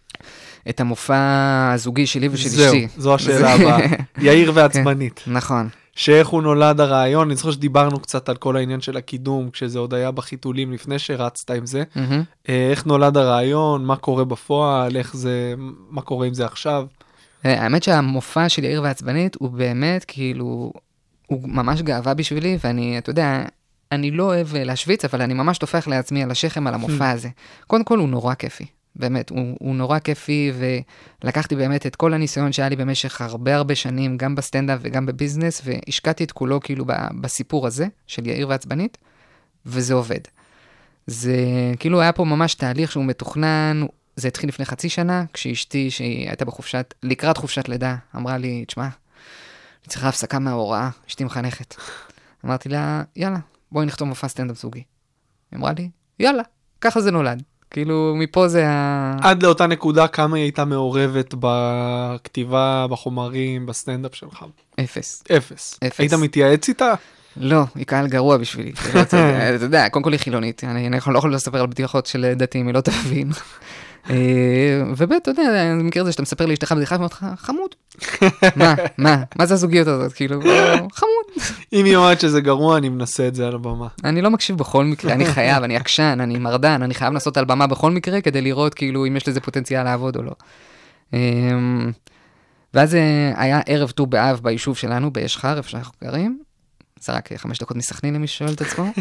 את המופע הזוגי שלי ושל זהו, אשתי. זו השאלה הבאה. יאיר ועצמנית. כן, נכון. שאיך הוא נולד הרעיון, אני זוכר שדיברנו קצת על כל העניין של הקידום, כשזה עוד היה בחיתולים לפני שרצת עם זה. Mm-hmm. איך נולד הרעיון, מה קורה בפועל, איך זה, מה קורה עם זה עכשיו? האמת שהמופע של יאיר ועצמנית הוא באמת כאילו, הוא ממש גאווה בשבילי, ואני, אתה יודע, אני לא אוהב להשוויץ, אבל אני ממש תופך לעצמי על השכם על המופע הזה. קודם כל הוא נורא כיפי. באמת, הוא, הוא נורא כיפי, ולקחתי באמת את כל הניסיון שהיה לי במשך הרבה הרבה שנים, גם בסטנדאפ וגם בביזנס, והשקעתי את כולו כאילו בסיפור הזה, של יאיר ועצבנית, וזה עובד. זה כאילו היה פה ממש תהליך שהוא מתוכנן, זה התחיל לפני חצי שנה, כשאשתי, שהיא הייתה בחופשת, לקראת חופשת לידה, אמרה לי, תשמע, אני צריכה הפסקה מההוראה, אשתי מחנכת. אמרתי לה, יאללה, בואי נכתוב מופע סטנדאפ זוגי. היא אמרה לי, יאללה, ככה זה נולד. כאילו, מפה זה ה... עד לאותה נקודה, כמה היא הייתה מעורבת בכתיבה, בחומרים, בסטנדאפ שלך? אפס. אפס. אפס. היית מתייעץ איתה? לא, היא קהל גרוע בשבילי. אתה יודע, קודם כל היא חילונית. אני לא יכול לספר על בדיחות של דתיים, היא לא תבין. ובית, אתה יודע, אני מכיר את זה שאתה מספר לי אשתך בדיחה, ואומרת לך, חמוד. מה? מה? מה זה הזוגיות הזאת? כאילו, חמוד. אם היא אומרת שזה גרוע, אני מנסה את זה על הבמה. אני לא מקשיב בכל מקרה, אני חייב, אני עקשן, אני מרדן, אני חייב לעשות על במה בכל מקרה, כדי לראות כאילו אם יש לזה פוטנציאל לעבוד או לא. ואז היה ערב ט"ו באב ביישוב שלנו, באש חרב, שאנחנו גרים. זה רק חמש דקות מסכנין למי ששואל את עצמו.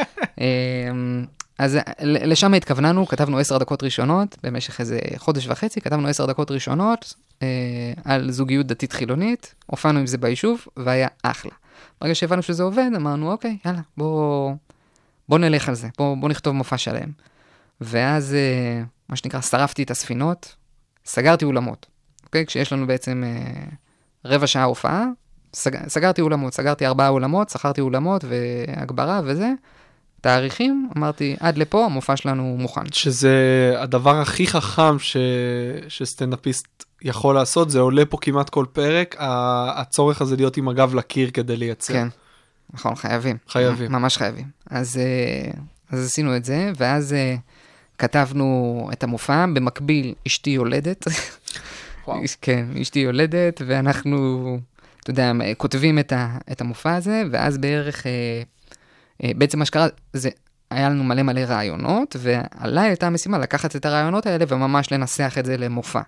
אז לשם התכווננו, כתבנו עשר דקות ראשונות, במשך איזה חודש וחצי, כתבנו עשר דקות ראשונות אה, על זוגיות דתית חילונית, הופענו עם זה ביישוב, והיה אחלה. ברגע שהבנו שזה עובד, אמרנו, אוקיי, יאללה, בוא, בוא נלך על זה, בוא, בוא נכתוב מופע שלהם. ואז, אה, מה שנקרא, שרפתי את הספינות, סגרתי אולמות. אוקיי? כשיש לנו בעצם אה, רבע שעה הופעה, סג, סגרתי אולמות, סגרתי ארבעה אולמות, שכרתי אולמות והגברה וזה, תאריכים, אמרתי, עד לפה המופע שלנו מוכן. שזה הדבר הכי חכם ש... שסטנדאפיסט יכול לעשות, זה עולה פה כמעט כל פרק, הצורך הזה להיות עם הגב לקיר כדי לייצר. כן, נכון, חייבים. חייבים. ממש חייבים. אז, אז עשינו את זה, ואז כתבנו את המופע, במקביל אשתי יולדת. וואו. כן, אשתי יולדת, ואנחנו, אתה יודע, כותבים את, ה... את המופע הזה, ואז בערך... בעצם מה שקרה, זה היה לנו מלא מלא רעיונות, ועליי הייתה המשימה לקחת את הרעיונות האלה, וממש לנסח את זה למופע.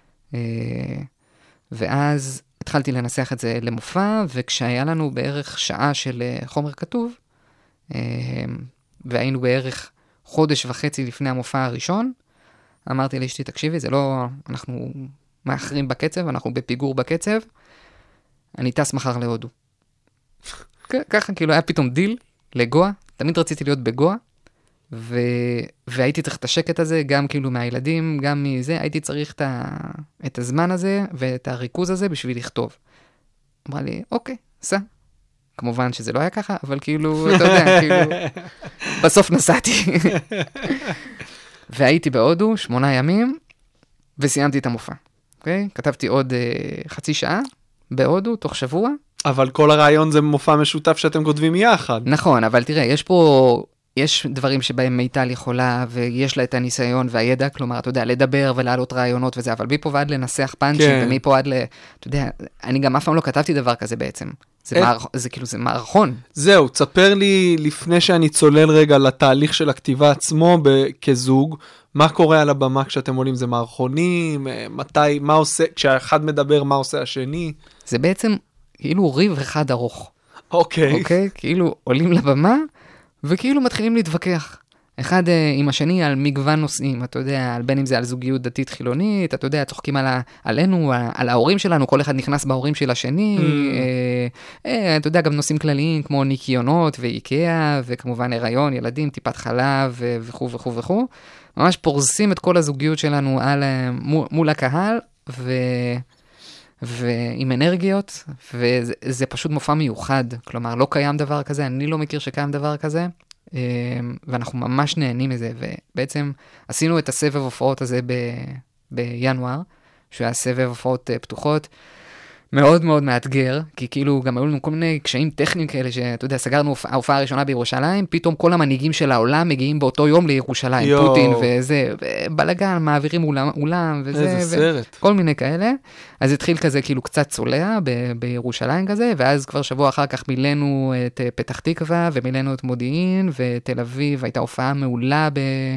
ואז התחלתי לנסח את זה למופע, וכשהיה לנו בערך שעה של חומר כתוב, והיינו בערך חודש וחצי לפני המופע הראשון, אמרתי לאשתי, תקשיבי, זה לא, אנחנו מאחרים בקצב, אנחנו בפיגור בקצב, אני טס מחר להודו. ככה כאילו היה פתאום דיל, לגוע, תמיד רציתי להיות בגוע, ו... והייתי צריך את השקט הזה, גם כאילו מהילדים, גם מזה, הייתי צריך את, ה... את הזמן הזה, ואת הריכוז הזה בשביל לכתוב. אמרה לי, אוקיי, סע. כמובן שזה לא היה ככה, אבל כאילו, אתה יודע, כאילו, בסוף נסעתי. והייתי בהודו, שמונה ימים, וסיימתי את המופע. אוקיי? כתבתי עוד uh, חצי שעה, בהודו, תוך שבוע. אבל כל הרעיון זה מופע משותף שאתם כותבים יחד. נכון, אבל תראה, יש פה, יש דברים שבהם מיטל יכולה, ויש לה את הניסיון והידע, כלומר, אתה יודע, לדבר ולהעלות רעיונות וזה, אבל מפה ועד לנסח פאנצ'ים, כן. ומפה עד ל... אתה יודע, אני גם אף פעם לא כתבתי דבר כזה בעצם. זה, מערכ... זה כאילו, זה מערכון. זהו, תספר לי, לפני שאני צולל רגע לתהליך של הכתיבה עצמו ב- כזוג, מה קורה על הבמה כשאתם עולים? זה מערכונים? מתי, מה עושה, כשאחד מדבר, מה עושה השני? זה בעצם כאילו ריב אחד ארוך. אוקיי. אוקיי? כאילו עולים לבמה, וכאילו מתחילים להתווכח. אחד uh, עם השני על מגוון נושאים, אתה יודע, על בין אם זה על זוגיות דתית חילונית, אתה יודע, צוחקים על ה, עלינו, על, על ההורים שלנו, כל אחד נכנס בהורים של השני, mm. uh, uh, אתה יודע, גם נושאים כלליים כמו ניקיונות ואיקאה, וכמובן הריון, ילדים, טיפת חלב וכו' וכו' וכו'. ממש פורסים את כל הזוגיות שלנו על, מול, מול הקהל, ו... ועם אנרגיות, וזה זה פשוט מופע מיוחד, כלומר, לא קיים דבר כזה, אני לא מכיר שקיים דבר כזה, ואנחנו ממש נהנים מזה, ובעצם עשינו את הסבב הופעות הזה ב, בינואר, שהוא היה סבב הופעות פתוחות, מאוד מאוד מאתגר, כי כאילו גם היו לנו כל מיני קשיים טכניים כאלה, שאתה יודע, סגרנו ההופעה הראשונה בירושלים, פתאום כל המנהיגים של העולם מגיעים באותו יום לירושלים, יו. פוטין וזה, בלגן, מעבירים אולם, אולם וזה, איזה סרט. כל מיני כאלה. אז התחיל כזה כאילו קצת צולע ב- בירושלים כזה, ואז כבר שבוע אחר כך מילאנו את פתח תקווה, ומילאנו את מודיעין, ותל אביב, הייתה הופעה מעולה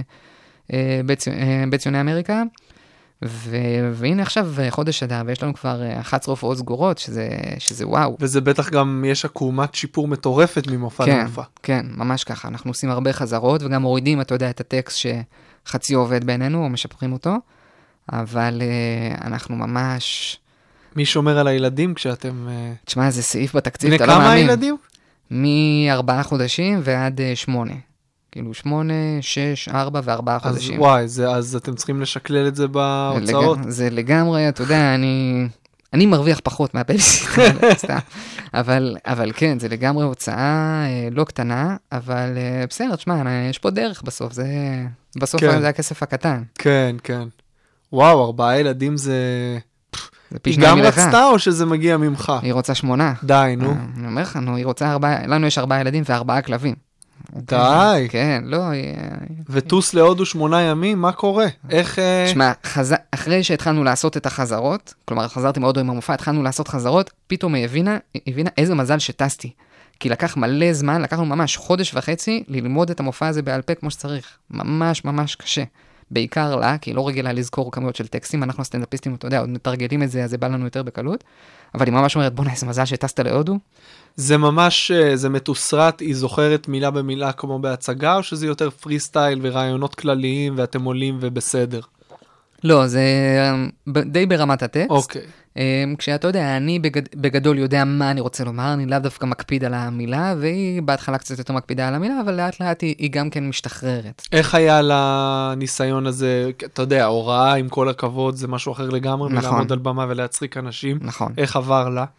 בציוני אמריקה, ו... והנה עכשיו חודש אדר, ויש לנו כבר אחת עשרה הופעות סגורות, שזה, שזה וואו. וזה בטח גם יש עקומת שיפור מטורפת ממופע כן, למופע. כן, ממש ככה. אנחנו עושים הרבה חזרות, וגם מורידים, אתה יודע, את הטקסט שחצי עובד בינינו, או משפרים אותו, אבל uh, אנחנו ממש... מי שומר על הילדים כשאתם... Uh... תשמע, זה סעיף בתקציב, אתה לא מאמין. מאמין. וכמה הילדים? מארבעה חודשים ועד uh, שמונה. כאילו שמונה, שש, ארבע וארבעה חודשים. אז וואי, זה, אז אתם צריכים לשקלל את זה בהוצאות. לג... זה לגמרי, אתה יודע, אני, אני מרוויח פחות מהבייביסיטר, סתם. אבל, אבל כן, זה לגמרי הוצאה לא קטנה, אבל בסדר, תשמע, יש פה דרך בסוף, זה, בסוף כן. זה הכסף הקטן. כן, כן. וואו, ארבעה ילדים זה... זה פי היא שניים גם מלך. רצתה או שזה מגיע ממך? היא רוצה שמונה. די, נו. אני אומר לך, נו, היא רוצה ארבעה, לנו יש ארבעה ילדים וארבעה כלבים. די. כן, לא. וטוס להודו שמונה ימים, מה קורה? איך... תשמע, חז... אחרי שהתחלנו לעשות את החזרות, כלומר, חזרתי מהודו עם המופע, התחלנו לעשות חזרות, פתאום היא הבינה, הבינה איזה מזל שטסתי. כי לקח מלא זמן, לקחנו ממש חודש וחצי ללמוד את המופע הזה בעל פה כמו שצריך. ממש ממש קשה. בעיקר לה, כי היא לא רגילה לזכור כמויות של טקסטים, אנחנו הסטנדאפיסטים, אתה יודע, עוד מתרגלים את זה, אז זה בא לנו יותר בקלות. אבל היא ממש אומרת, בוא, איזה מזל שטסת להודו. זה ממש, זה מתוסרט, היא זוכרת מילה במילה כמו בהצגה, או שזה יותר פרי סטייל ורעיונות כלליים, ואתם עולים ובסדר? לא, זה די ברמת הטקסט. אוקיי. כשאתה יודע, אני בגד... בגדול יודע מה אני רוצה לומר, אני לאו דווקא מקפיד על המילה, והיא בהתחלה קצת יותר מקפידה על המילה, אבל לאט לאט היא, היא גם כן משתחררת. איך היה לניסיון הזה, אתה יודע, הוראה עם כל הכבוד, זה משהו אחר לגמרי, נכון. מלעמוד על במה ולהצחיק אנשים. נכון. איך עבר לה?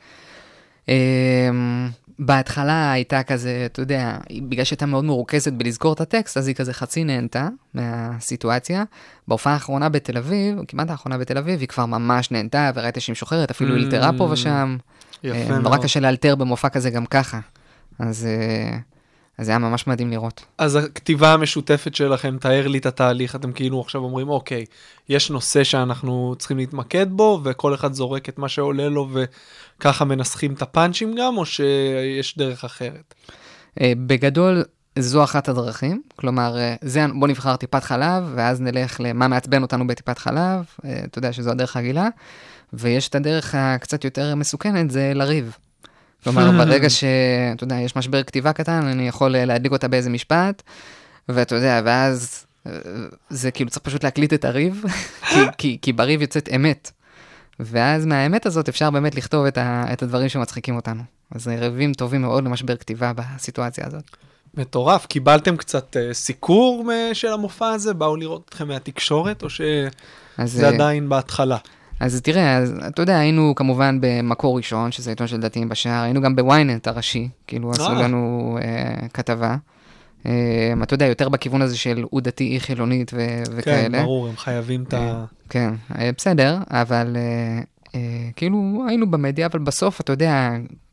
בהתחלה הייתה כזה, אתה יודע, בגלל שהייתה מאוד מרוכזת בלזכור את הטקסט, אז היא כזה חצי נהנתה מהסיטואציה. בהופעה האחרונה בתל אביב, כמעט האחרונה בתל אביב, היא כבר ממש נהנתה, וראית שהיא משוחררת, אפילו היא אלתרה פה ושם. יפה מאוד. נורא קשה לאלתר במופע כזה גם ככה. אז, אז זה היה ממש מדהים לראות. אז הכתיבה המשותפת שלכם, תאר לי את התהליך, אתם כאילו עכשיו אומרים, אוקיי, יש נושא שאנחנו צריכים להתמקד בו, וכל אחד זורק את מה שעולה לו, וככה מנסחים את הפאנצ'ים גם, או שיש דרך אחרת? בגדול, זו אחת הדרכים, כלומר, זה, בוא נבחר טיפת חלב, ואז נלך למה מעצבן אותנו בטיפת חלב, אתה יודע שזו הדרך הגילה, ויש את הדרך הקצת יותר מסוכנת, זה לריב. כלומר, ברגע שאתה יודע, יש משבר כתיבה קטן, אני יכול להדליק אותה באיזה משפט, ואתה יודע, ואז זה כאילו צריך פשוט להקליט את הריב, כי, כי, כי בריב יוצאת אמת. ואז מהאמת הזאת אפשר באמת לכתוב את, ה, את הדברים שמצחיקים אותנו. אז ריבים טובים מאוד למשבר כתיבה בסיטואציה הזאת. מטורף, קיבלתם קצת uh, סיקור של המופע הזה? באו לראות אתכם מהתקשורת, או שזה עדיין בהתחלה? אז תראה, אז, אתה יודע, היינו כמובן במקור ראשון, שזה עיתון של דתיים בשער, היינו גם בוויינט הראשי, כאילו עשו לנו uh, כתבה. Uh, אתה יודע, יותר בכיוון הזה של הוא דתי, היא חילונית ו- וכאלה. כן, ברור, הם חייבים את ה... כן, uh, בסדר, אבל uh, uh, כאילו היינו במדיה, אבל בסוף, אתה יודע,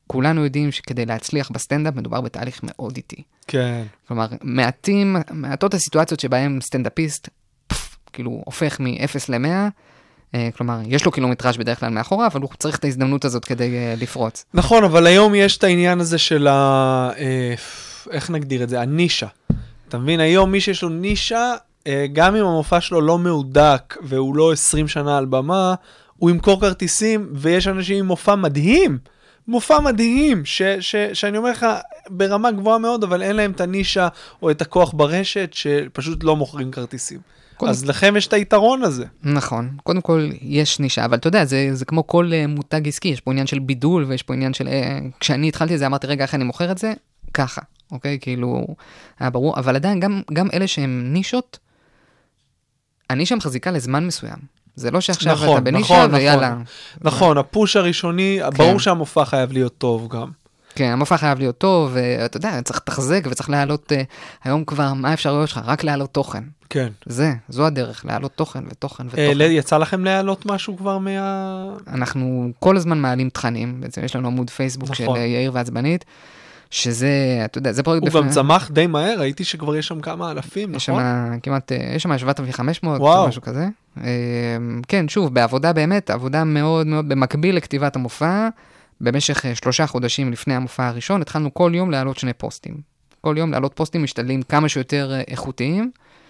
כולנו יודעים שכדי להצליח בסטנדאפ מדובר בתהליך מאוד איטי. כן. כלומר, מעטים, מעטות הסיטואציות שבהם סטנדאפיסט, פף, כאילו, הופך מ-אפס ל-מאה, כלומר, יש לו קילומטראז' בדרך כלל מאחורה, אבל הוא צריך את ההזדמנות הזאת כדי לפרוץ. נכון, אבל היום יש את העניין הזה של ה... איך נגדיר את זה? הנישה. אתה מבין, היום מי שיש לו נישה, גם אם המופע שלו לא מהודק, והוא לא עשרים שנה על במה, הוא ימכור כרטיסים, ויש אנשים עם מופע מדהים, מופע מדהים, ש, ש, שאני אומר לך, ברמה גבוהה מאוד, אבל אין להם את הנישה, או את הכוח ברשת, שפשוט לא מוכרים כרטיסים. קודם... אז לכם יש את היתרון הזה. נכון, קודם כל יש נישה, אבל אתה יודע, זה, זה כמו כל uh, מותג עסקי, יש פה עניין של בידול, ויש פה עניין של, uh, כשאני התחלתי את זה, אמרתי, רגע, איך אני מוכר את זה? ככה, אוקיי? כאילו, היה ברור, אבל עדיין, גם, גם אלה שהם נישות, הנישה מחזיקה לזמן מסוים. זה לא שעכשיו נכון, אתה בנישה נכון, ויאללה. נכון, נכון, הפוש הראשוני, כן. ברור שהמופע חייב להיות טוב גם. כן, המופע חייב להיות טוב, ואתה יודע, צריך לתחזק וצריך להעלות, uh, היום כבר, מה האפשרויות שלך? רק להעלות תוכן. כן. זה, זו הדרך, להעלות תוכן ותוכן ותוכן. אה, יצא לכם להעלות משהו כבר מה... אנחנו כל הזמן מעלים תכנים, בעצם יש לנו עמוד פייסבוק נכון. של יאיר ועצבנית, שזה, אתה יודע, זה פרויקט... הוא גם צמח די מהר, ראיתי שכבר יש שם כמה אלפים, נכון? יש שם כמעט, יש שם שבעת אלפים וחמש מאות, משהו כזה. כן, שוב, בעבודה באמת, עבודה מאוד מאוד, במקביל לכתיבת המופע, במשך שלושה חודשים לפני המופע הראשון, התחלנו כל יום להעלות שני פוסטים. כל יום להעלות פוסטים משתדלים כמה שיותר איכותיים,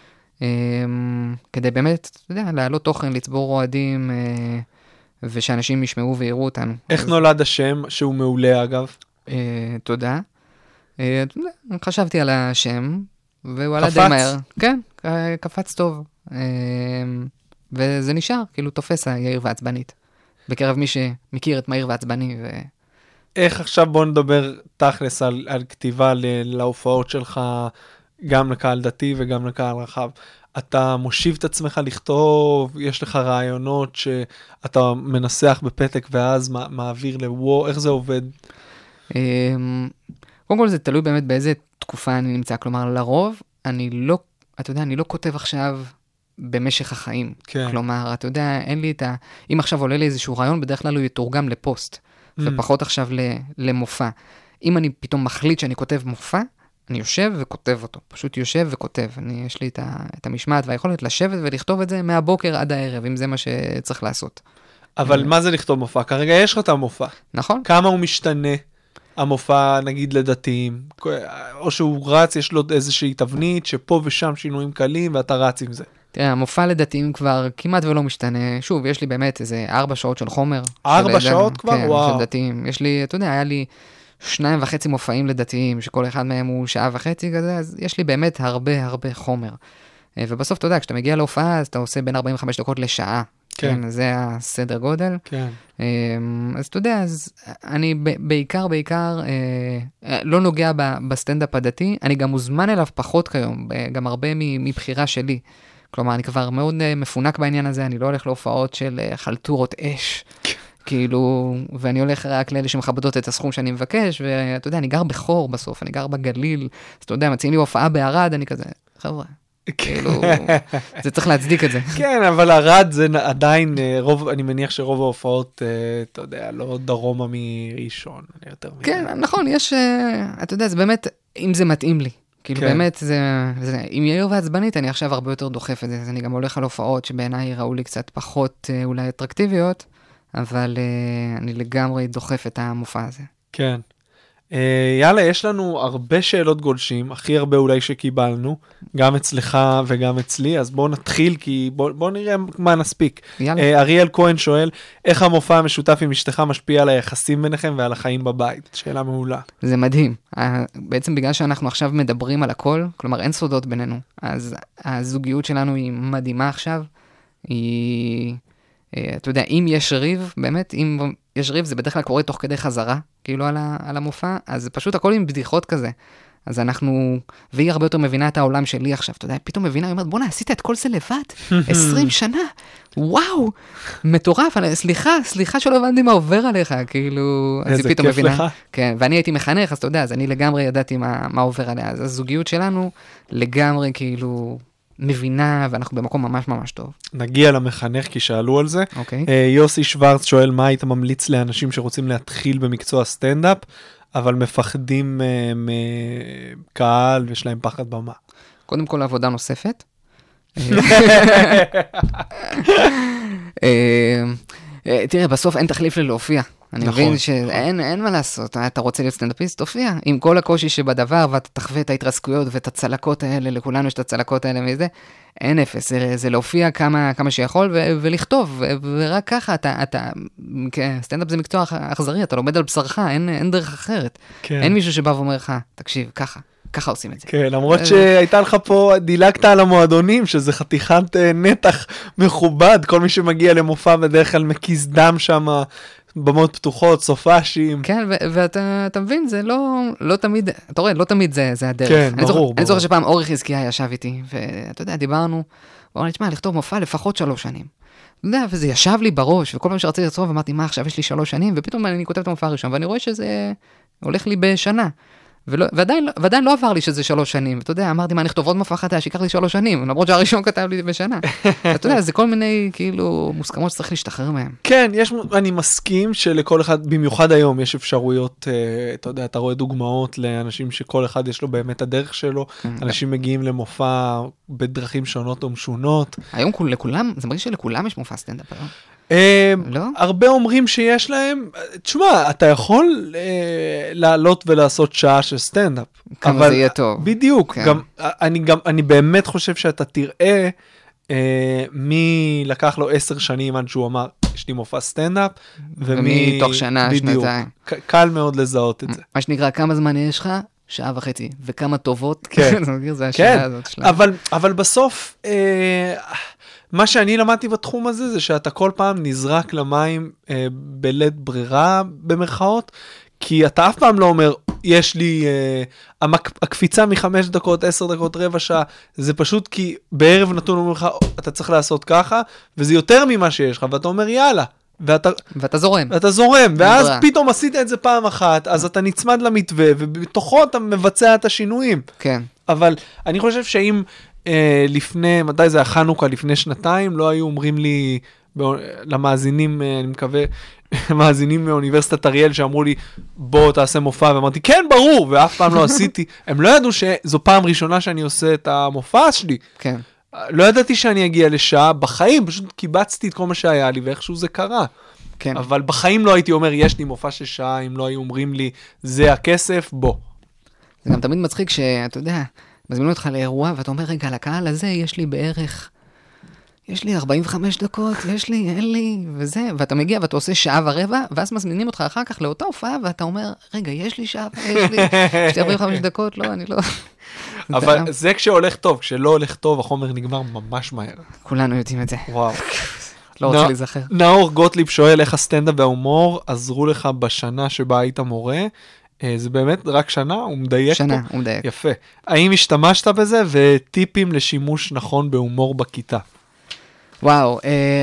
כדי באמת, אתה יודע, להעלות תוכן, לצבור אוהדים, ושאנשים ישמעו ויראו אותנו. איך נולד השם, שהוא מעולה אגב? תודה. חשבתי על השם, והוא עלה די מהר. כן, קפץ טוב. וזה נשאר, כאילו תופס היאיר ועצבנית. בקרב מי שמכיר את מהיר ועצבני. איך עכשיו בוא נדבר תכלס על, על כתיבה להופעות שלך, גם לקהל דתי וגם לקהל רחב. אתה מושיב את עצמך לכתוב, יש לך רעיונות שאתה מנסח בפתק ואז מעביר לוו, איך זה עובד? קודם כל זה תלוי באמת באיזה תקופה אני נמצא, כלומר לרוב אני לא, אתה יודע, אני לא כותב עכשיו במשך החיים. כן. כלומר, אתה יודע, אין לי את ה... אם עכשיו עולה לי איזשהו רעיון, בדרך כלל הוא יתורגם לפוסט, mm. ופחות עכשיו למופע. אם אני פתאום מחליט שאני כותב מופע, אני יושב וכותב אותו. פשוט יושב וכותב. אני, יש לי את, ה, את המשמעת והיכולת לשבת ולכתוב את זה מהבוקר עד הערב, אם זה מה שצריך לעשות. אבל מה זה לכתוב מופע? כרגע יש לך את המופע. נכון. כמה הוא משתנה? המופע, נגיד, לדתיים, או שהוא רץ, יש לו איזושהי תבנית, שפה ושם שינויים קלים, ואתה רץ עם זה. תראה, המופע לדתיים כבר כמעט ולא משתנה. שוב, יש לי באמת איזה ארבע שעות של חומר. ארבע שעות כבר? כן, וואו. של דתיים. יש לי, אתה יודע, היה לי שניים וחצי מופעים לדתיים, שכל אחד מהם הוא שעה וחצי כזה, אז יש לי באמת הרבה הרבה חומר. ובסוף, אתה יודע, כשאתה מגיע להופעה, אז אתה עושה בין ארבעים וחמש דקות לשעה. כן. כן, זה הסדר גודל. כן. אז אתה יודע, אז אני בעיקר, בעיקר, לא נוגע בסטנדאפ הדתי, אני גם מוזמן אליו פחות כיום, גם הרבה מבחירה שלי. כלומר, אני כבר מאוד מפונק בעניין הזה, אני לא הולך להופעות של חלטורות אש, כאילו, ואני הולך רק לאלה שמכבדות את הסכום שאני מבקש, ואתה יודע, אני גר בחור בסוף, אני גר בגליל, אז אתה יודע, מציעים לי הופעה בערד, אני כזה, חבר'ה. כאילו, זה צריך להצדיק את זה. כן, אבל ערד זה עדיין, רוב, אני מניח שרוב ההופעות, אתה יודע, לא דרומה מראשון. כן, נכון, יש, אתה יודע, זה באמת, אם זה מתאים לי. כאילו באמת, זה, אם יאיר ועצבנית, אני עכשיו הרבה יותר דוחף את זה. אז אני גם הולך על הופעות שבעיניי ראו לי קצת פחות אולי אטרקטיביות, אבל אני לגמרי דוחף את המופע הזה. כן. יאללה, יש לנו הרבה שאלות גולשים, הכי הרבה אולי שקיבלנו, גם אצלך וגם אצלי, אז בואו נתחיל, כי בואו בוא נראה מה נספיק. יאללה. אריאל כהן שואל, איך המופע המשותף עם אשתך משפיע על היחסים ביניכם ועל החיים בבית? שאלה מעולה. זה מדהים. בעצם בגלל שאנחנו עכשיו מדברים על הכל, כלומר אין סודות בינינו, אז הזוגיות שלנו היא מדהימה עכשיו, היא... אתה יודע, אם יש ריב, באמת, אם יש ריב, זה בדרך כלל קורה תוך כדי חזרה, כאילו על, ה, על המופע, אז זה פשוט הכל עם בדיחות כזה. אז אנחנו, והיא הרבה יותר מבינה את העולם שלי עכשיו, אתה יודע, פתאום מבינה, היא אומרת, בוא נעשית את כל זה לבד, עשרים שנה, וואו, מטורף, סליחה, סליחה שלא הבנתי מה עובר עליך, כאילו, אז היא פתאום מבינה. לך. כן, ואני הייתי מחנך, אז אתה יודע, אז אני לגמרי ידעתי מה, מה עובר עליה, אז הזוגיות שלנו לגמרי כאילו מבינה, ואנחנו במקום ממש ממש טוב. נגיע למחנך, כי שאלו על זה. אוקיי. אה, יוסי שוורץ שואל, מה היית ממליץ לאנשים שרוצים להתחיל במקצוע סטנדאפ, אבל מפחדים אה, מקהל ויש להם פחד במה? קודם כל, עבודה נוספת. תראה, בסוף אין תחליף ללהופיע. אני מבין שאין מה לעשות, אתה רוצה להיות סטנדאפיסט, תופיע. עם כל הקושי שבדבר, ואתה תחווה את ההתרסקויות ואת הצלקות האלה, לכולנו יש את הצלקות האלה מזה, אין אפס, זה להופיע כמה שיכול ולכתוב, ורק ככה, אתה, סטנדאפ זה מקצוע אכזרי, אתה לומד על בשרך, אין דרך אחרת. אין מישהו שבא ואומר לך, תקשיב, ככה. ככה עושים את זה. כן, למרות שהייתה לך פה, דילגת על המועדונים, שזה חתיכת נתח מכובד, כל מי שמגיע למופע בדרך כלל מקיז דם שם, במות פתוחות, סופשים. כן, ואתה מבין, זה לא תמיד, אתה רואה, לא תמיד זה הדרך. כן, ברור. אני זוכר שפעם אורי חזקיה ישב איתי, ואתה יודע, דיברנו, הוא אמר לי, תשמע, לכתוב מופע לפחות שלוש שנים. אתה יודע, וזה ישב לי בראש, וכל פעם שרציתי לצרוב, אמרתי, מה, עכשיו יש לי שלוש שנים, ופתאום אני כותב את המופע הראשון, ואני רואה שזה הולך לי בשנה. ולא, ועדיין, ועדיין לא עבר לי שזה שלוש שנים. אתה יודע, אמרתי, מה, נכתוב עוד מופע חדש, שיקח לי שלוש שנים, למרות שהראשון כתב לי בשנה. אתה יודע, זה כל מיני, כאילו, מוסכמות שצריך להשתחרר מהם. כן, יש, אני מסכים שלכל אחד, במיוחד היום, יש אפשרויות, אתה יודע, אתה רואה דוגמאות לאנשים שכל אחד יש לו באמת הדרך שלו, אנשים מגיעים למופע בדרכים שונות או משונות. היום לכולם, זה מרגיש שלכולם יש מופע סטנדאפ היום. לא? הרבה אומרים שיש להם, תשמע, אתה יכול לעלות ולעשות שעה של סטנדאפ. כמה זה יהיה טוב. בדיוק. אני באמת חושב שאתה תראה מי לקח לו עשר שנים עד שהוא אמר, יש לי מופע סטנדאפ, ומי תוך שנה, שנתיים. קל מאוד לזהות את זה. מה שנקרא, כמה זמן יש לך? שעה וחצי. וכמה טובות? כן. זה השעה הזאת שלה. אבל בסוף, מה שאני למדתי בתחום הזה, זה שאתה כל פעם נזרק למים אה, בלית ברירה, במרכאות, כי אתה אף פעם לא אומר, יש לי, אה, המק, הקפיצה מחמש דקות, עשר דקות, רבע שעה, זה פשוט כי בערב נתון אומר לך, אתה צריך לעשות ככה, וזה יותר ממה שיש לך, ואתה אומר, יאללה. ואתה, ואתה זורם. ואתה זורם, ואז פתאום עשית את זה פעם אחת, אז אתה נצמד למתווה, ובתוכו אתה מבצע את השינויים. כן. אבל אני חושב שאם לפני, מתי זה החנוכה, לפני שנתיים, לא היו אומרים לי, למאזינים, אני מקווה, מאזינים מאוניברסיטת אריאל, שאמרו לי, בוא תעשה מופע, ואמרתי, כן, ברור, ואף פעם לא עשיתי. הם לא ידעו שזו פעם ראשונה שאני עושה את המופע שלי. כן. לא ידעתי שאני אגיע לשעה, בחיים, פשוט קיבצתי את כל מה שהיה לי, ואיכשהו זה קרה. כן. אבל בחיים לא הייתי אומר, יש לי מופע של שעה, אם לא היו אומרים לי, זה הכסף, בוא. זה גם תמיד מצחיק שאתה יודע, מזמינו אותך לאירוע, ואתה אומר, רגע, לקהל הזה יש לי בערך, יש לי ארבעים וחמש דקות, יש לי, אין לי, וזה, ואתה מגיע ואתה עושה שעה ורבע, ואז מזמינים אותך אחר כך לאותה הופעה, ואתה אומר, רגע, יש לי שעה, יש לי, יש לי ארבעים וחמש דקות, לא, אני לא. אבל זה כשהולך טוב, כשלא הולך טוב, החומר נגמר ממש מהר. כולנו יודעים את זה. וואו. לא רוצה להיזכר. נאור גוטליב שואל, איך הסטנדאפ וההומור עזרו לך בשנה שבה היית מורה? זה באמת רק שנה, הוא מדייק פה. שנה, הוא מדייק. יפה. האם השתמשת בזה, וטיפים לשימוש נכון בהומור בכיתה? וואו,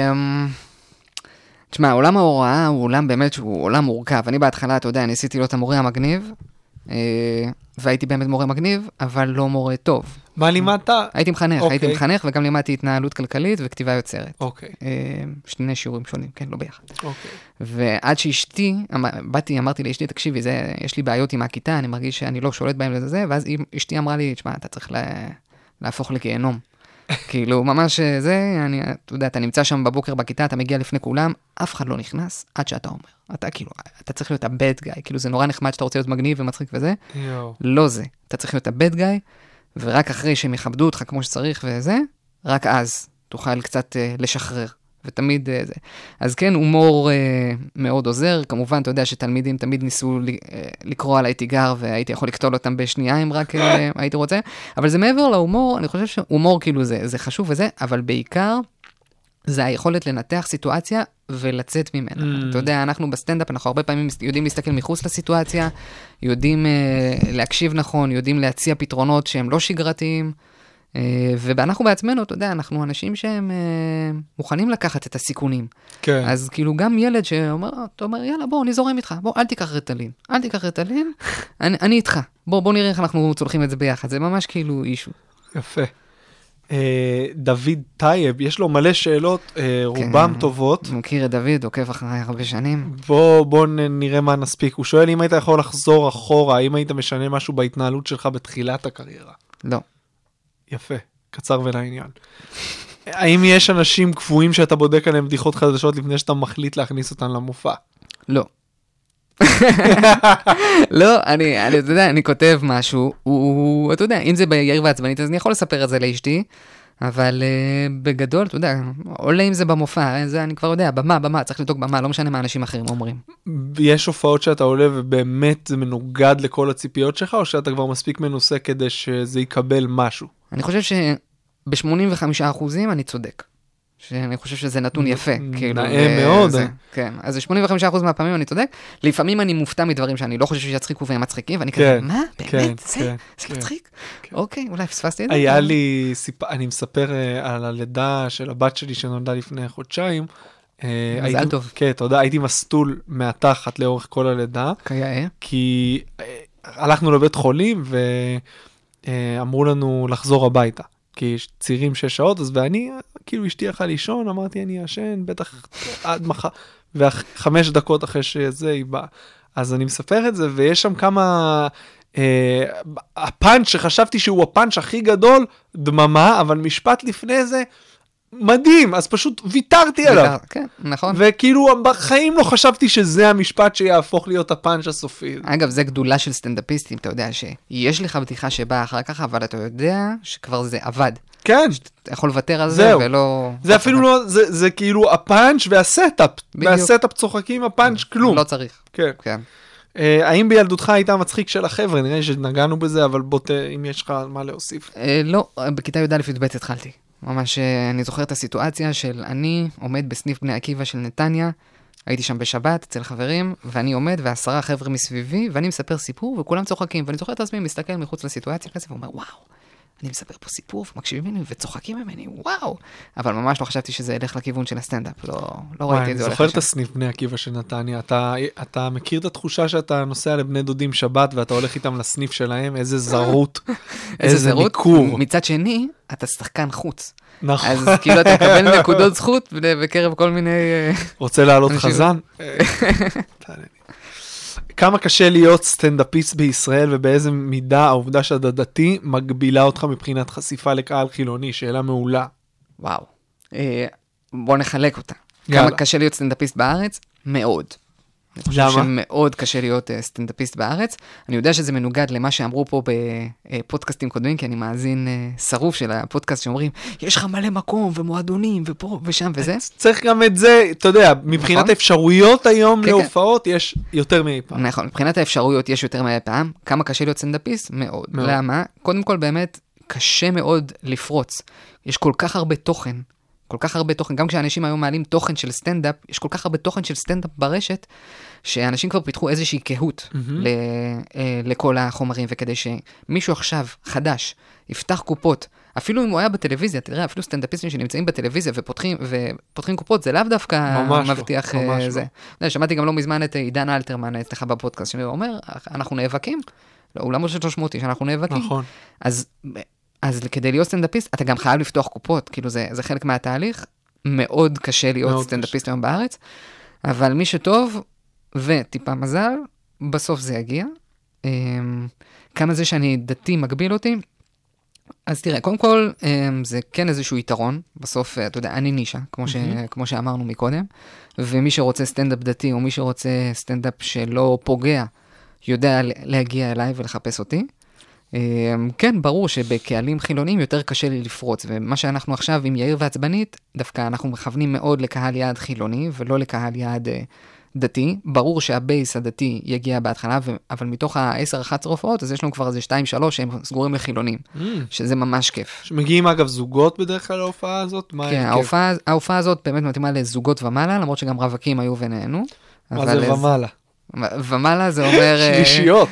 תשמע, עולם ההוראה הוא עולם באמת שהוא עולם מורכב. אני בהתחלה, אתה יודע, ניסיתי להיות המורה המגניב, והייתי באמת מורה מגניב, אבל לא מורה טוב. מה לימדת? הייתי מחנך, הייתי מחנך, וגם לימדתי התנהלות כלכלית וכתיבה יוצרת. אוקיי. שני שיעורים שונים, כן, לא ביחד. אוקיי. ועד שאשתי, באתי, אמרתי לאשתי, תקשיבי, יש לי בעיות עם הכיתה, אני מרגיש שאני לא שולט בהם לזה, ואז אשתי אמרה לי, תשמע, אתה צריך להפוך לגיהנום. כאילו, ממש זה, אני, אתה יודע, אתה נמצא שם בבוקר בכיתה, אתה מגיע לפני כולם, אף אחד לא נכנס עד שאתה אומר. אתה כאילו, אתה צריך להיות הבד גאי, כאילו זה נורא נחמד שאתה רוצה להיות מגניב ומצחיק וזה. לא זה. אתה צריך להיות הבד גאי, ורק אחרי שהם יכבדו אותך כמו שצריך וזה, רק אז תוכל קצת uh, לשחרר. ותמיד uh, זה. אז כן, הומור uh, מאוד עוזר. כמובן, אתה יודע שתלמידים תמיד ניסו uh, לקרוא עליי תיגר, והייתי יכול לקטול אותם בשנייה אם רק uh, הייתי רוצה. אבל זה מעבר להומור, אני חושב שהומור כאילו זה, זה חשוב וזה, אבל בעיקר זה היכולת לנתח סיטואציה ולצאת ממנה. Mm. אתה יודע, אנחנו בסטנדאפ, אנחנו הרבה פעמים יודעים להסתכל מחוץ לסיטואציה, יודעים uh, להקשיב נכון, יודעים להציע פתרונות שהם לא שגרתיים, uh, ואנחנו בעצמנו, אתה יודע, אנחנו אנשים שהם uh, מוכנים לקחת את הסיכונים. כן. אז כאילו גם ילד שאומר, אתה אומר, יאללה, בוא, אני זורם איתך, בוא, אל תיקח רטלין, אל תיקח רטלין, אני, אני איתך, בוא, בוא נראה איך אנחנו צולחים את זה ביחד, זה ממש כאילו אישו. יפה. אה, דוד טייב, יש לו מלא שאלות, אה, רובם טובות. מכיר את דוד, עוקב אחריי הרבה שנים. בוא, בוא נראה מה נספיק. הוא שואל אם היית יכול לחזור אחורה, האם היית משנה משהו בהתנהלות שלך בתחילת הקריירה. לא. יפה, קצר ולעניין. האם יש אנשים קבועים שאתה בודק עליהם בדיחות חדשות לפני שאתה מחליט להכניס אותן למופע? לא. לא, אני, אני, אתה יודע, אני כותב משהו, הוא, אתה יודע, אם זה ביאיר ועצבנית, אז אני יכול לספר את זה לאשתי, אבל uh, בגדול, אתה יודע, עולה אם זה במופע, זה אני כבר יודע, במה, במה, צריך לדאוג במה, לא משנה מה אנשים אחרים אומרים. יש הופעות שאתה עולה ובאמת זה מנוגד לכל הציפיות שלך, או שאתה כבר מספיק מנוסה כדי שזה יקבל משהו? אני חושב שב-שמונים וחמישה אחוזים אני צודק. שאני חושב שזה נתון יפה. נאה מאוד. כן, אז שמונים וחמישה אחוז מהפעמים אני צודק, לפעמים אני מופתע מדברים שאני לא חושב שיצחיקו והם מצחיקים, ואני כזה, מה? באמת? זה מצחיק? אוקיי, אולי פספסתי את זה. היה לי, אני מספר על הלידה של הבת שלי שנולדה לפני חודשיים. מזל טוב. כן, תודה, הייתי מסטול מהתחת לאורך כל הלידה. כיאה. כי הלכנו לבית חולים ואמרו לנו לחזור הביתה. כי יש צירים שש שעות, אז ואני, כאילו אשתי הלכה לישון, אמרתי, אני אשן, בטח עד מחר, וחמש דקות אחרי שזה היא באה. אז אני מספר את זה, ויש שם כמה, אה, הפאנץ' שחשבתי שהוא הפאנץ' הכי גדול, דממה, אבל משפט לפני זה, מדהים, אז פשוט ויתרתי עליו. כן, נכון. וכאילו בחיים לא חשבתי שזה המשפט שיהפוך להיות הפאנץ' הסופי. אגב, זה גדולה של סטנדאפיסטים, אתה יודע שיש לך בדיחה שבאה אחר כך, אבל אתה יודע שכבר זה עבד. כן. אתה יכול לוותר על זה ולא... זה אפילו לא, זה, זה כאילו הפאנץ' והסטאפ. והסטאפ צוחקים, הפאנץ' כלום. לא צריך. כן. כן. האם בילדותך הייתה מצחיק של החבר'ה? נראה לי שנגענו בזה, אבל בוא, אם יש לך מה להוסיף. לא, בכיתה י"א י"ב התחלתי. ממש, אני זוכר את הסיטואציה של אני עומד בסניף בני עקיבא של נתניה, הייתי שם בשבת אצל חברים, ואני עומד ועשרה חבר'ה מסביבי, ואני מספר סיפור וכולם צוחקים, ואני זוכר את עצמי מסתכל מחוץ לסיטואציה כזה, ואומר, וואו, אני מספר פה סיפור ומקשיבים ממני וצוחקים ממני, וואו. אבל ממש לא חשבתי שזה ילך לכיוון של הסטנדאפ, לא, לא ראיתי את זה. אני זוכר את הסניף בני עקיבא של נתניה, אתה, אתה מכיר את התחושה שאתה נוסע לבני דודים שבת, ואתה הולך איתם לסניף שלהם, איזה זרות, איזה ניכור. מצד שני, אתה שחקן חוץ. נכון. אז כאילו אתה מקבל נקודות זכות בקרב כל מיני... רוצה לעלות חזן? כמה קשה להיות סטנדאפיסט בישראל, ובאיזה מידה העובדה שאתה דתי מגבילה אותך מבחינת חשיפה לקהל חילוני? שאלה מעולה. וואו. בוא נחלק אותה. כמה קשה להיות סטנדאפיסט בארץ? מאוד. אני חושב שמאוד קשה להיות סטנדאפיסט בארץ. אני יודע שזה מנוגד למה שאמרו פה בפודקאסטים קודמים, כי אני מאזין שרוף של הפודקאסט שאומרים, יש לך מלא מקום ומועדונים ופה ושם וזה. צריך גם את זה, אתה יודע, מבחינת האפשרויות היום להופעות יש יותר מאי פעם. נכון, מבחינת האפשרויות יש יותר מאי פעם. כמה קשה להיות סטנדאפיסט? מאוד. למה? קודם כל באמת קשה מאוד לפרוץ. יש כל כך הרבה תוכן. כל כך הרבה תוכן, גם כשאנשים היום מעלים תוכן של סטנדאפ, יש כל כך הרבה תוכן של סטנדאפ ברשת, שאנשים כבר פיתחו איזושהי קהות mm-hmm. ל, אה, לכל החומרים, וכדי שמישהו עכשיו, חדש, יפתח קופות, אפילו אם הוא היה בטלוויזיה, תראה, אפילו סטנדאפיסטים שנמצאים בטלוויזיה ופותחים, ופותחים קופות, זה לאו דווקא מבטיח לא, אה, זה. לא. שמעתי גם לא מזמן את עידן אלתרמן, אצלך בפודקאסט, שאומר, אנחנו נאבקים, לא, הוא לא שלוש מאות איש, אנחנו נאבקים. נכון. אז... אז כדי להיות סטנדאפיסט, אתה גם חייב לפתוח קופות, כאילו זה, זה חלק מהתהליך, מאוד קשה להיות מאוד סטנדאפיסט קשה. היום בארץ, אבל מי שטוב, וטיפה מזל, בסוף זה יגיע. כמה זה שאני דתי מגביל אותי, אז תראה, קודם כל, זה כן איזשהו יתרון, בסוף, אתה יודע, אני נישה, כמו, ש, כמו שאמרנו מקודם, ומי שרוצה סטנדאפ דתי, או מי שרוצה סטנדאפ שלא פוגע, יודע להגיע אליי ולחפש אותי. כן, ברור שבקהלים חילונים יותר קשה לי לפרוץ, ומה שאנחנו עכשיו עם יאיר ועצבנית, דווקא אנחנו מכוונים מאוד לקהל יעד חילוני, ולא לקהל יעד דתי. ברור שהבייס הדתי יגיע בהתחלה, אבל מתוך ה-עשר אחת עשרה הופעות, אז יש לנו כבר איזה שתיים שלוש שהם סגורים לחילונים, שזה ממש כיף. שמגיעים אגב זוגות בדרך כלל להופעה הזאת? כן, ההופעה הזאת באמת מתאימה לזוגות ומעלה, למרות שגם רווקים היו ונהנו. מה זה ומעלה? ומעלה זה אומר... שלישיות.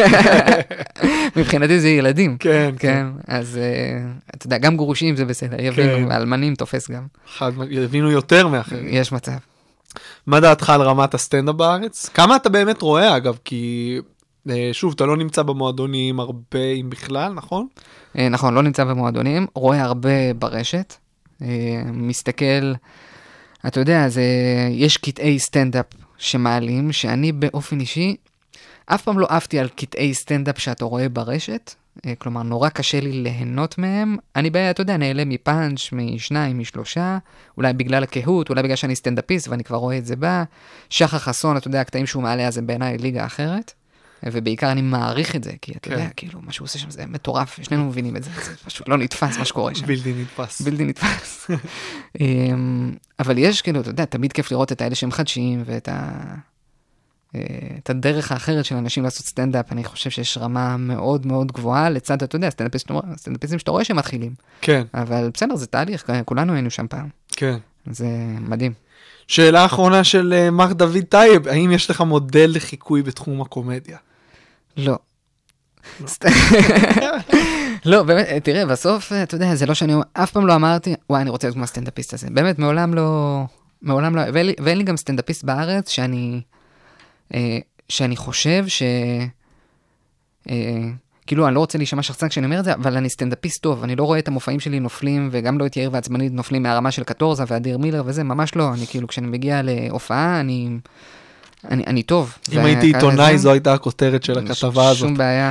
מבחינתי זה ילדים. כן, כן. אז אתה יודע, גם גרושים זה בסדר, יבינו, אלמנים תופס גם. יבינו יותר מאחרים. יש מצב. מה דעתך על רמת הסטנדאפ בארץ? כמה אתה באמת רואה אגב? כי אה, שוב, אתה לא נמצא במועדונים הרבה, אם בכלל, נכון? אה, נכון, לא נמצא במועדונים, רואה הרבה ברשת, אה, מסתכל, אתה יודע, זה, יש קטעי סטנדאפ שמעלים, שאני באופן אישי, אף פעם לא אהבתי על קטעי סטנדאפ שאתה רואה ברשת, כלומר, נורא קשה לי ליהנות מהם. אני, אתה יודע, נעלה מפאנץ', משניים, משלושה, אולי בגלל הקהות, אולי בגלל שאני סטנדאפיסט, ואני כבר רואה את זה בא. שחר חסון, אתה יודע, הקטעים שהוא מעלה, אז הם בעיניי ליגה אחרת, ובעיקר אני מעריך את זה, כי אתה יודע, כאילו, מה שהוא עושה שם זה מטורף, שנינו מבינים את זה, זה פשוט לא נתפס מה שקורה שם. בלתי נתפס. בלתי נתפס. אבל יש, כאילו, אתה יודע, תמיד כיף לראות את האלה שהם חדשים, ואת ה... את הדרך האחרת של אנשים לעשות סטנדאפ, אני חושב שיש רמה מאוד מאוד גבוהה, לצד, אתה יודע, סטנדאפיסטים שאתה רואה שהם מתחילים. כן. אבל בסדר, זה תהליך, כולנו היינו שם פעם. כן. זה מדהים. שאלה האחרונה של מר דוד טייב, האם יש לך מודל לחיקוי בתחום הקומדיה? לא. לא, באמת, תראה, בסוף, אתה יודע, זה לא שאני, אף פעם לא אמרתי, וואי, אני רוצה להיות כמו הסטנדאפיסט הזה. באמת, מעולם לא, מעולם לא, ואין לי גם סטנדאפיסט בארץ שאני שאני חושב ש... כאילו, אני לא רוצה להישמע שחצן כשאני אומר את זה, אבל אני סטנדאפיסט טוב, אני לא רואה את המופעים שלי נופלים, וגם לא את יאיר ועצבנית נופלים מהרמה של קטורזה ואדיר מילר וזה, ממש לא. אני כאילו, כשאני מגיע להופעה, אני... אני, אני טוב. אם הייתי עיתונאי, זו הייתה הכותרת של הכתבה הזאת. שום בעיה.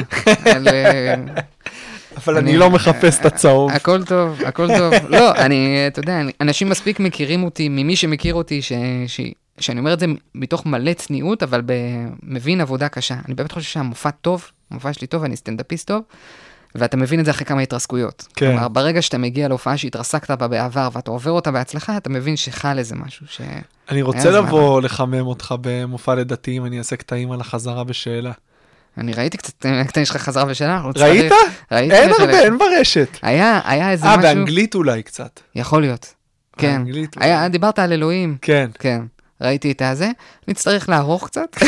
אבל אני לא מחפש את הצהוב. הכל טוב, הכל טוב. לא, אני, אתה יודע, אנשים מספיק מכירים אותי, ממי שמכיר אותי, ש... שאני אומר את זה מתוך מלא צניעות, אבל מבין עבודה קשה. אני באמת חושב שהמופע טוב, המופע שלי טוב, אני סטנדאפיסט טוב, ואתה מבין את זה אחרי כמה התרסקויות. כן. כלומר, ברגע שאתה מגיע להופעה שהתרסקת בה בעבר, ואתה עובר אותה בהצלחה, אתה מבין שחל איזה משהו ש... אני רוצה לבוא לחמם אותך במופע לדתיים, אני אעשה קטעים על החזרה בשאלה. אני ראיתי קצת, קטעים שלך חזרה בשאלה. ראית? אין הרבה, אין ברשת. היה, היה איזה משהו... אה, באנגלית אולי קצת. יכול להיות. כן. היה, דיברת על אלוהים. כן. כן. ראיתי את הזה, נצטרך לערוך קצת.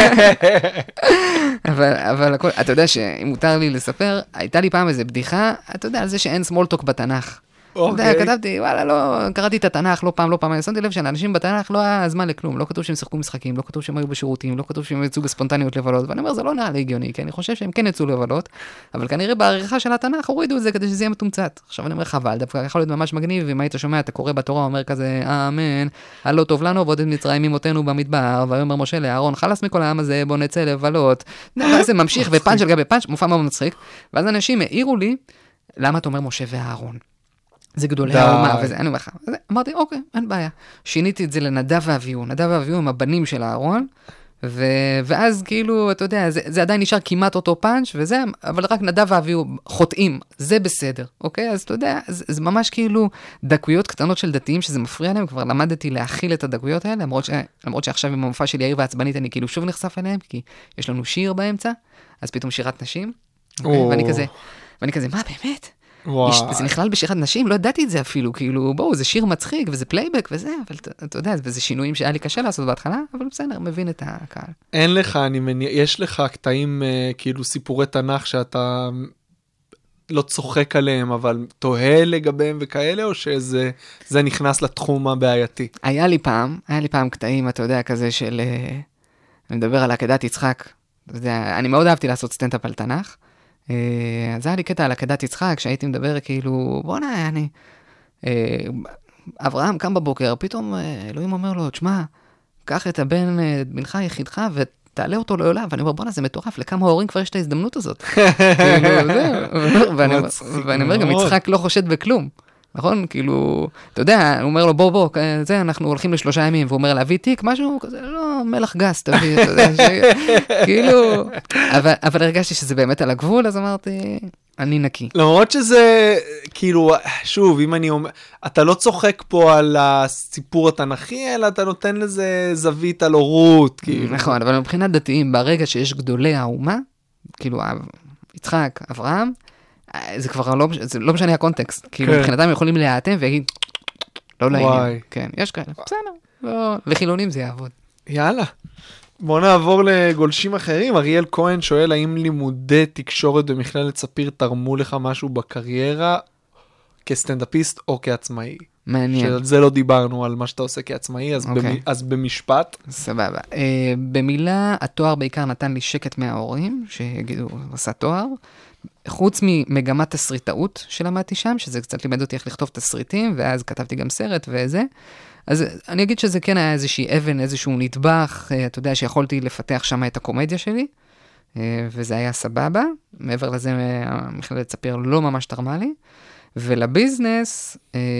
אבל, אבל הכל, אתה יודע שאם מותר לי לספר, הייתה לי פעם איזה בדיחה, אתה יודע על זה שאין סמולטוק בתנ"ך. אתה יודע, כתבתי, וואלה, לא, קראתי את התנ"ך, לא פעם, לא פעם, אני שמתי לב שאנשים בתנ"ך לא היה זמן לכלום, לא כתוב שהם שיחקו משחקים, לא כתוב שהם היו בשירותים, לא כתוב שהם יצאו בספונטניות לבלות, ואני אומר, זה לא נראה לי הגיוני, כי אני חושב שהם כן יצאו לבלות, אבל כנראה בעריכה של התנ"ך הורידו את זה כדי שזה יהיה מתומצת. עכשיו אני אומר, חבל, דווקא יכול להיות ממש מגניב, ואם היית שומע, אתה קורא בתורה, אומר כזה, אמן, הלא טוב לנו, ועוד את מצרים ממותנו במדבר, ואומר משה לאהרון, חלס מכל העם הזה, בוא נצא לבלות. ואז זה ממשיך, ופאנץ' על גבי פאנץ', מופע מאוד מצחיק. ואז אנשים העירו לי, למה אתה אומר משה ואהרון? זה גדולי האומה, וזה, אני אומר לך, אמרתי, אוקיי, אין בעיה. שיניתי את זה לנדב ואביהו, נדב ואביהו הם הבנים של אהרון, ו... ואז כאילו, אתה יודע, זה, זה עדיין נשאר כמעט אותו פאנץ' וזה, אבל רק נדב ואביהו חוטאים, זה בסדר, אוקיי? אז אתה יודע, זה, זה ממש כאילו דקויות קטנות של דתיים שזה מפריע להם, כבר למדתי להכיל את הדקויות האלה, למרות, ש... למרות שעכשיו עם המופע של יאיר ועצבנית, אני כאילו שוב נחשף אליהם, כי יש לנו שיר באמצע, אז פתאום שירת נשים, אוקיי? ואני כזה, ואני כזה, מה באמת? יש, זה נכלל בשירת נשים, לא ידעתי את זה אפילו, כאילו, בואו, זה שיר מצחיק, וזה פלייבק, וזה, אבל אתה, אתה יודע, וזה שינויים שהיה לי קשה לעשות בהתחלה, אבל בסדר, מבין את הקהל. אין לך, אני מניע, יש לך קטעים, כאילו, סיפורי תנ"ך שאתה לא צוחק עליהם, אבל תוהה לגביהם וכאלה, או שזה זה נכנס לתחום הבעייתי? היה לי פעם, היה לי פעם קטעים, אתה יודע, כזה של, אני מדבר על עקדת יצחק, אתה יודע, אני מאוד אהבתי לעשות סטנדאפ על תנ"ך, אז היה לי קטע על עקדת יצחק, שהייתי מדבר כאילו, בוא נה, אני... אברהם קם בבוקר, פתאום אלוהים אומר לו, תשמע, קח את הבן, בנך יחידך, ותעלה אותו לעולם, ואני אומר, בוא נה, זה מטורף, לכמה הורים כבר יש את ההזדמנות הזאת. ואני אומר, גם יצחק לא חושד בכלום. נכון? כאילו, אתה יודע, הוא אומר לו, בוא, בוא, זה, אנחנו הולכים לשלושה ימים, והוא אומר, להביא תיק, משהו כזה, לא, מלח גס, תביא, אתה יודע, כאילו, אבל, אבל הרגשתי שזה באמת על הגבול, אז אמרתי, אני נקי. למרות שזה, כאילו, שוב, אם אני אומר, אתה לא צוחק פה על הסיפור התנ"כי, אלא אתה נותן לזה זווית על אורות, כאילו. נכון, אבל מבחינת דתיים, ברגע שיש גדולי האומה, כאילו, יצחק, אברהם, זה כבר לא, זה לא משנה הקונטקסט, כאילו מבחינתם יכולים להיאטם ויגיד, לא לעניין. כן, יש כאלה, בסדר, לחילונים זה יעבוד. יאללה, בוא נעבור לגולשים אחרים. אריאל כהן שואל, האם לימודי תקשורת במכללת ספיר תרמו לך משהו בקריירה, כסטנדאפיסט או כעצמאי? מעניין. שעל זה לא דיברנו, על מה שאתה עושה כעצמאי, אז, אוקיי. במ... אז במשפט. סבבה. Uh, במילה, התואר בעיקר נתן לי שקט מההורים, שיגידו, עשה תואר. חוץ ממגמת תסריטאות שלמדתי שם, שזה קצת לימד אותי איך לכתוב תסריטים, ואז כתבתי גם סרט וזה. אז אני אגיד שזה כן היה איזושהי אבן, איזשהו נדבך, אתה יודע שיכולתי לפתח שם את הקומדיה שלי, וזה היה סבבה. מעבר לזה, מכללת ספיר לא ממש תרמה לי. ולביזנס,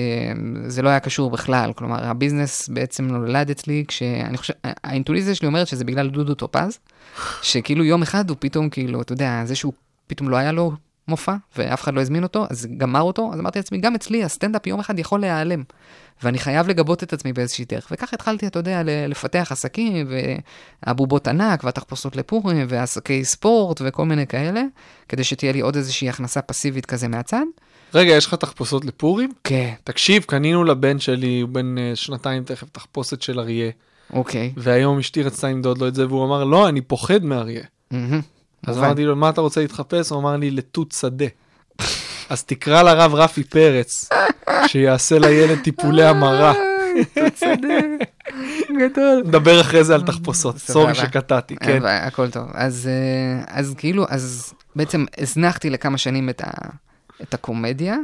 זה לא היה קשור בכלל. כלומר, הביזנס בעצם נולד אצלי, כשאני חושב, האינטואיציה שלי אומרת שזה בגלל דודו טופז, שכאילו יום אחד הוא פתאום, כאילו, אתה יודע, זה שהוא פתאום לא היה לו מופע, ואף אחד לא הזמין אותו, אז גמר אותו, אז אמרתי לעצמי, גם אצלי הסטנדאפ יום אחד יכול להיעלם, ואני חייב לגבות את עצמי באיזושהי דרך, וכך התחלתי, אתה יודע, לפתח עסקים, והבובות ענק, והתחפושות לפורים, ועסקי ספורט, וכל מיני כאלה, כדי שתהיה לי עוד איזושהי הכנסה פסיבית כזה מהצד. רגע, יש לך תחפושות לפורים? כן. תקשיב, קנינו לבן שלי, הוא בן שנתיים תכף, תחפושת של אריה. אוקיי. והיום אשתי רצתה למדוד לו את זה, והוא אמר, לא, אני פוחד מאריה. אז אמרתי לו, מה אתה רוצה להתחפש? הוא אמר לי, לתות שדה. אז תקרא לרב רפי פרץ, שיעשה לילד טיפולי המרה. תות שדה. גדול. נדבר אחרי זה על תחפושות. סורי שקטעתי, כן. הכל טוב. אז כאילו, אז בעצם הזנחתי לכמה שנים את ה... את הקומדיה,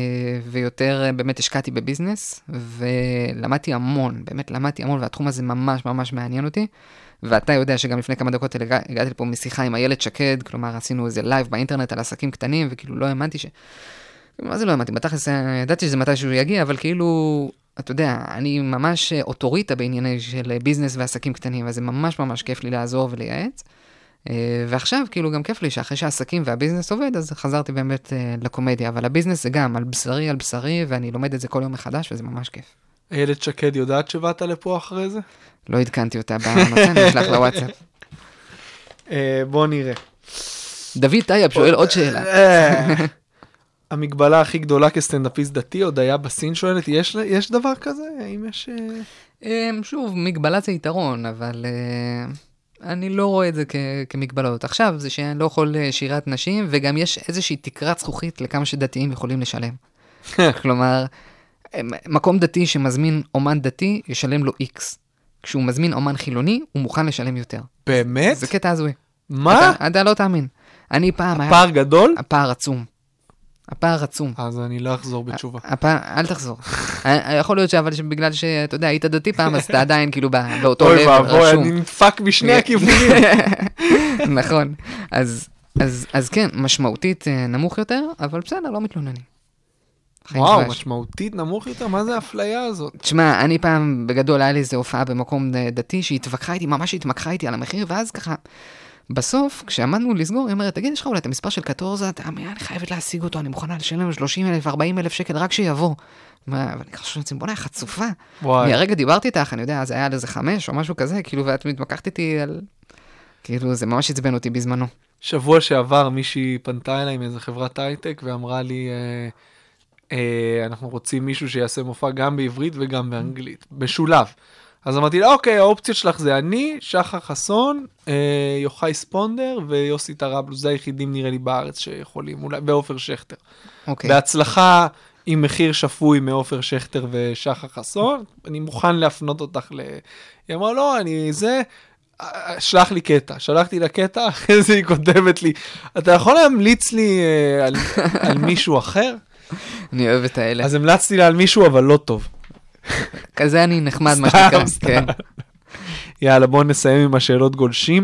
ויותר באמת השקעתי בביזנס, ולמדתי המון, באמת למדתי המון, והתחום הזה ממש ממש מעניין אותי, ואתה יודע שגם לפני כמה דקות הגעתי לפה משיחה עם איילת שקד, כלומר עשינו איזה לייב באינטרנט על עסקים קטנים, וכאילו לא האמנתי ש... מה זה לא האמנתי? בתכלס ידעתי שזה מתי שהוא יגיע, אבל כאילו, אתה יודע, אני ממש אוטוריטה בענייני של ביזנס ועסקים קטנים, אז זה ממש ממש כיף לי לעזור ולייעץ. ועכשיו כאילו גם כיף לי שאחרי שהעסקים והביזנס עובד, אז חזרתי באמת לקומדיה, אבל הביזנס זה גם על בשרי על בשרי, ואני לומד את זה כל יום מחדש, וזה ממש כיף. איילת שקד יודעת שבאת לפה אחרי זה? לא עדכנתי אותה במתן, נשלח לוואטסאפ. בוא נראה. דוד טייב שואל עוד שאלה. המגבלה הכי גדולה כסטנדאפיסט דתי, עוד היה בסין שואלת, יש דבר כזה? האם יש... שוב, מגבלה זה יתרון, אבל... אני לא רואה את זה כ- כמגבלות. עכשיו זה שאני לא יכול שירת נשים, וגם יש איזושהי תקרת זכוכית לכמה שדתיים יכולים לשלם. כלומר, מקום דתי שמזמין אומן דתי, ישלם לו איקס. כשהוא מזמין אומן חילוני, הוא מוכן לשלם יותר. באמת? זה קטע הזוי. מה? אתה, אתה לא תאמין. אני פעם... הפער היה... גדול? הפער עצום. הפער עצום. אז אני לא אחזור בתשובה. הפער, אל תחזור. יכול להיות שאבל שבגלל שאתה יודע, היית דתי פעם, אז אתה עדיין כאילו באותו לב רשום. אוי ואבוי, אני נדפק בשני הכיוונים. נכון. אז, אז, אז כן, משמעותית נמוך יותר, אבל בסדר, לא מתלוננים. וואו, משמעותית נמוך יותר? מה זה האפליה הזאת? תשמע, אני פעם בגדול היה לי איזו הופעה במקום דתי, שהתווכחה איתי, ממש התמקחה איתי על המחיר, ואז ככה... בסוף, כשעמדנו לסגור, היא אומרת, תגיד, יש לך אולי את המספר של קטורזה, אני חייבת להשיג אותו, אני מוכנה לשלם שלושים אלף, ארבעים אלף שקל, רק שיבוא. ואני חושב שאני בונה, חצופה. מהרגע דיברתי איתך, אני יודע, זה היה על איזה חמש או משהו כזה, כאילו, ואת מתמקחת איתי על... כאילו, זה ממש עצבן אותי בזמנו. שבוע שעבר מישהי פנתה אליי עם איזה חברת הייטק, ואמרה לי, אנחנו רוצים מישהו שיעשה מופע גם בעברית וגם באנגלית, בשולב. אז אמרתי לה, אוקיי, האופציות שלך זה אני, שחר חסון, אה, יוחאי ספונדר ויוסי טראבלוס, זה היחידים נראה לי בארץ שיכולים, אולי, ואופר שכטר. אוקיי. בהצלחה עם מחיר שפוי מאופר שכטר ושחר חסון, אני מוכן להפנות אותך ל... היא אמרה, לא, אני זה, שלח לי קטע, שלחתי לה קטע, אחרי זה היא כותבת לי, אתה יכול להמליץ לי אה, על, על מישהו אחר? אני אוהב את האלה. אז המלצתי לה על מישהו, אבל לא טוב. כזה אני נחמד מה שנקרא, כן. יאללה, בואו נסיים עם השאלות גולשים.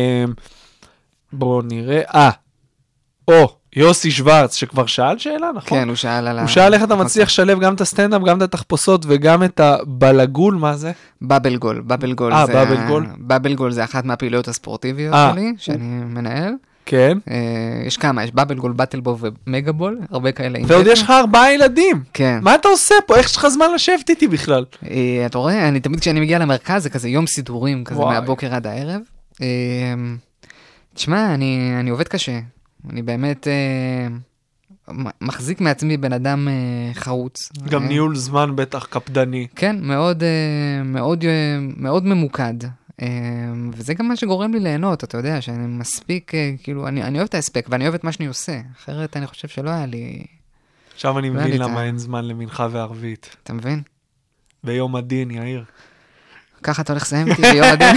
בואו נראה. אה, או, יוסי שוורץ, שכבר שאל שאלה, נכון? כן, הוא שאל על ה... הוא שאל איך אתה מצליח לשלב גם את הסטנדאפ, גם את התחפושות וגם את הבלגול, מה זה? בבל גול, בבל גול. אה, בבל גול? בבל גול זה אחת מהפעילויות הספורטיביות שלי, שאני מנהל. כן. יש כמה, יש בבל גול, בטל בול ומגה בול, הרבה כאלה. ועוד יש לך ארבעה ילדים. כן. מה אתה עושה פה? איך יש לך זמן לשבת איתי בכלל? אתה רואה, אני תמיד כשאני מגיע למרכז, זה כזה יום סידורים, כזה מהבוקר עד הערב. תשמע, אני עובד קשה. אני באמת מחזיק מעצמי בן אדם חרוץ. גם ניהול זמן בטח קפדני. כן, מאוד, מאוד, מאוד ממוקד. וזה גם מה שגורם לי ליהנות, אתה יודע, שאני מספיק, כאילו, אני, אני אוהב את ההספק, ואני אוהב את מה שאני עושה. אחרת אני חושב שלא היה לי... עכשיו אני לא מבין ענית. למה אין זמן למנחה וערבית. אתה מבין? ביום הדין, יאיר. ככה אתה הולך לסיים איתי ביום הדין.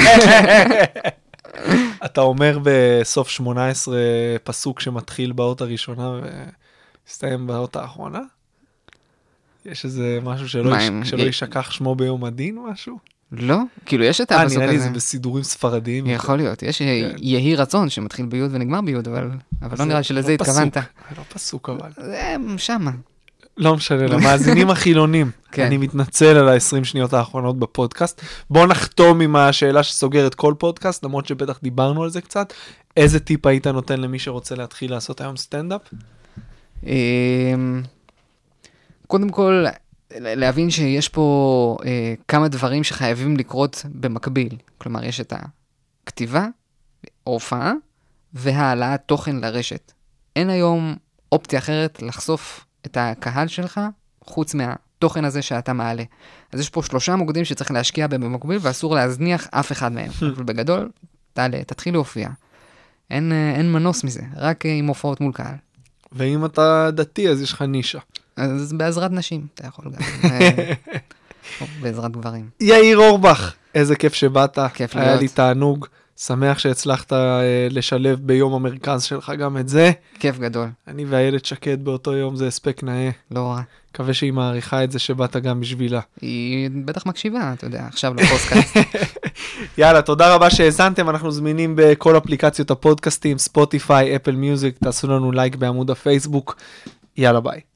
אתה אומר בסוף שמונה עשרה פסוק שמתחיל באות הראשונה ומסתיים באות האחרונה? יש איזה משהו שלא, מה, יש, הם- שלא י- ישכח שמו ביום הדין או משהו? לא? כאילו יש את אה, הפסוק נראה לי הזה. זה בסידורים ספרדיים. יכול להיות, יש יהי רצון שמתחיל ביוד ונגמר ביוד, אבל אבל לא זה נראה שלזה לא פסוק, התכוונת. זה לא פסוק אבל. זה שמה. לא משנה, למאזינים החילונים. כן. אני מתנצל על ה-עשרים שניות האחרונות בפודקאסט. בואו נחתום עם השאלה שסוגרת כל פודקאסט, למרות שבטח דיברנו על זה קצת. איזה טיפ היית נותן למי שרוצה להתחיל לעשות היום סטנדאפ? אמ, קודם כל, להבין שיש פה אה, כמה דברים שחייבים לקרות במקביל. כלומר, יש את הכתיבה, ההופעה, והעלאת תוכן לרשת. אין היום אופציה אחרת לחשוף את הקהל שלך, חוץ מהתוכן הזה שאתה מעלה. אז יש פה שלושה מוקדים שצריך להשקיע בהם במקביל, ואסור להזניח אף אחד מהם. אבל בגדול, תעלה, תתחיל להופיע. אין, אה, אין מנוס מזה, רק אה, עם הופעות מול קהל. ואם אתה דתי, אז יש לך נישה. אז בעזרת נשים, אתה יכול גם. אה, או בעזרת גברים. יאיר אורבך, איזה כיף שבאת. כיף היה להיות. לי תענוג. שמח שהצלחת אה, לשלב ביום המרכז שלך גם את זה. כיף גדול, אני והילד שקד באותו יום, זה הספק נאה. לא רע. מקווה שהיא מעריכה את זה שבאת גם בשבילה. היא בטח מקשיבה, אתה יודע, עכשיו לפוסטקאסט. יאללה, תודה רבה שהאזנתם, אנחנו זמינים בכל אפליקציות הפודקאסטים, ספוטיפיי, אפל מיוזיק, תעשו לנו לייק בעמוד הפייסבוק. יאללה, ביי.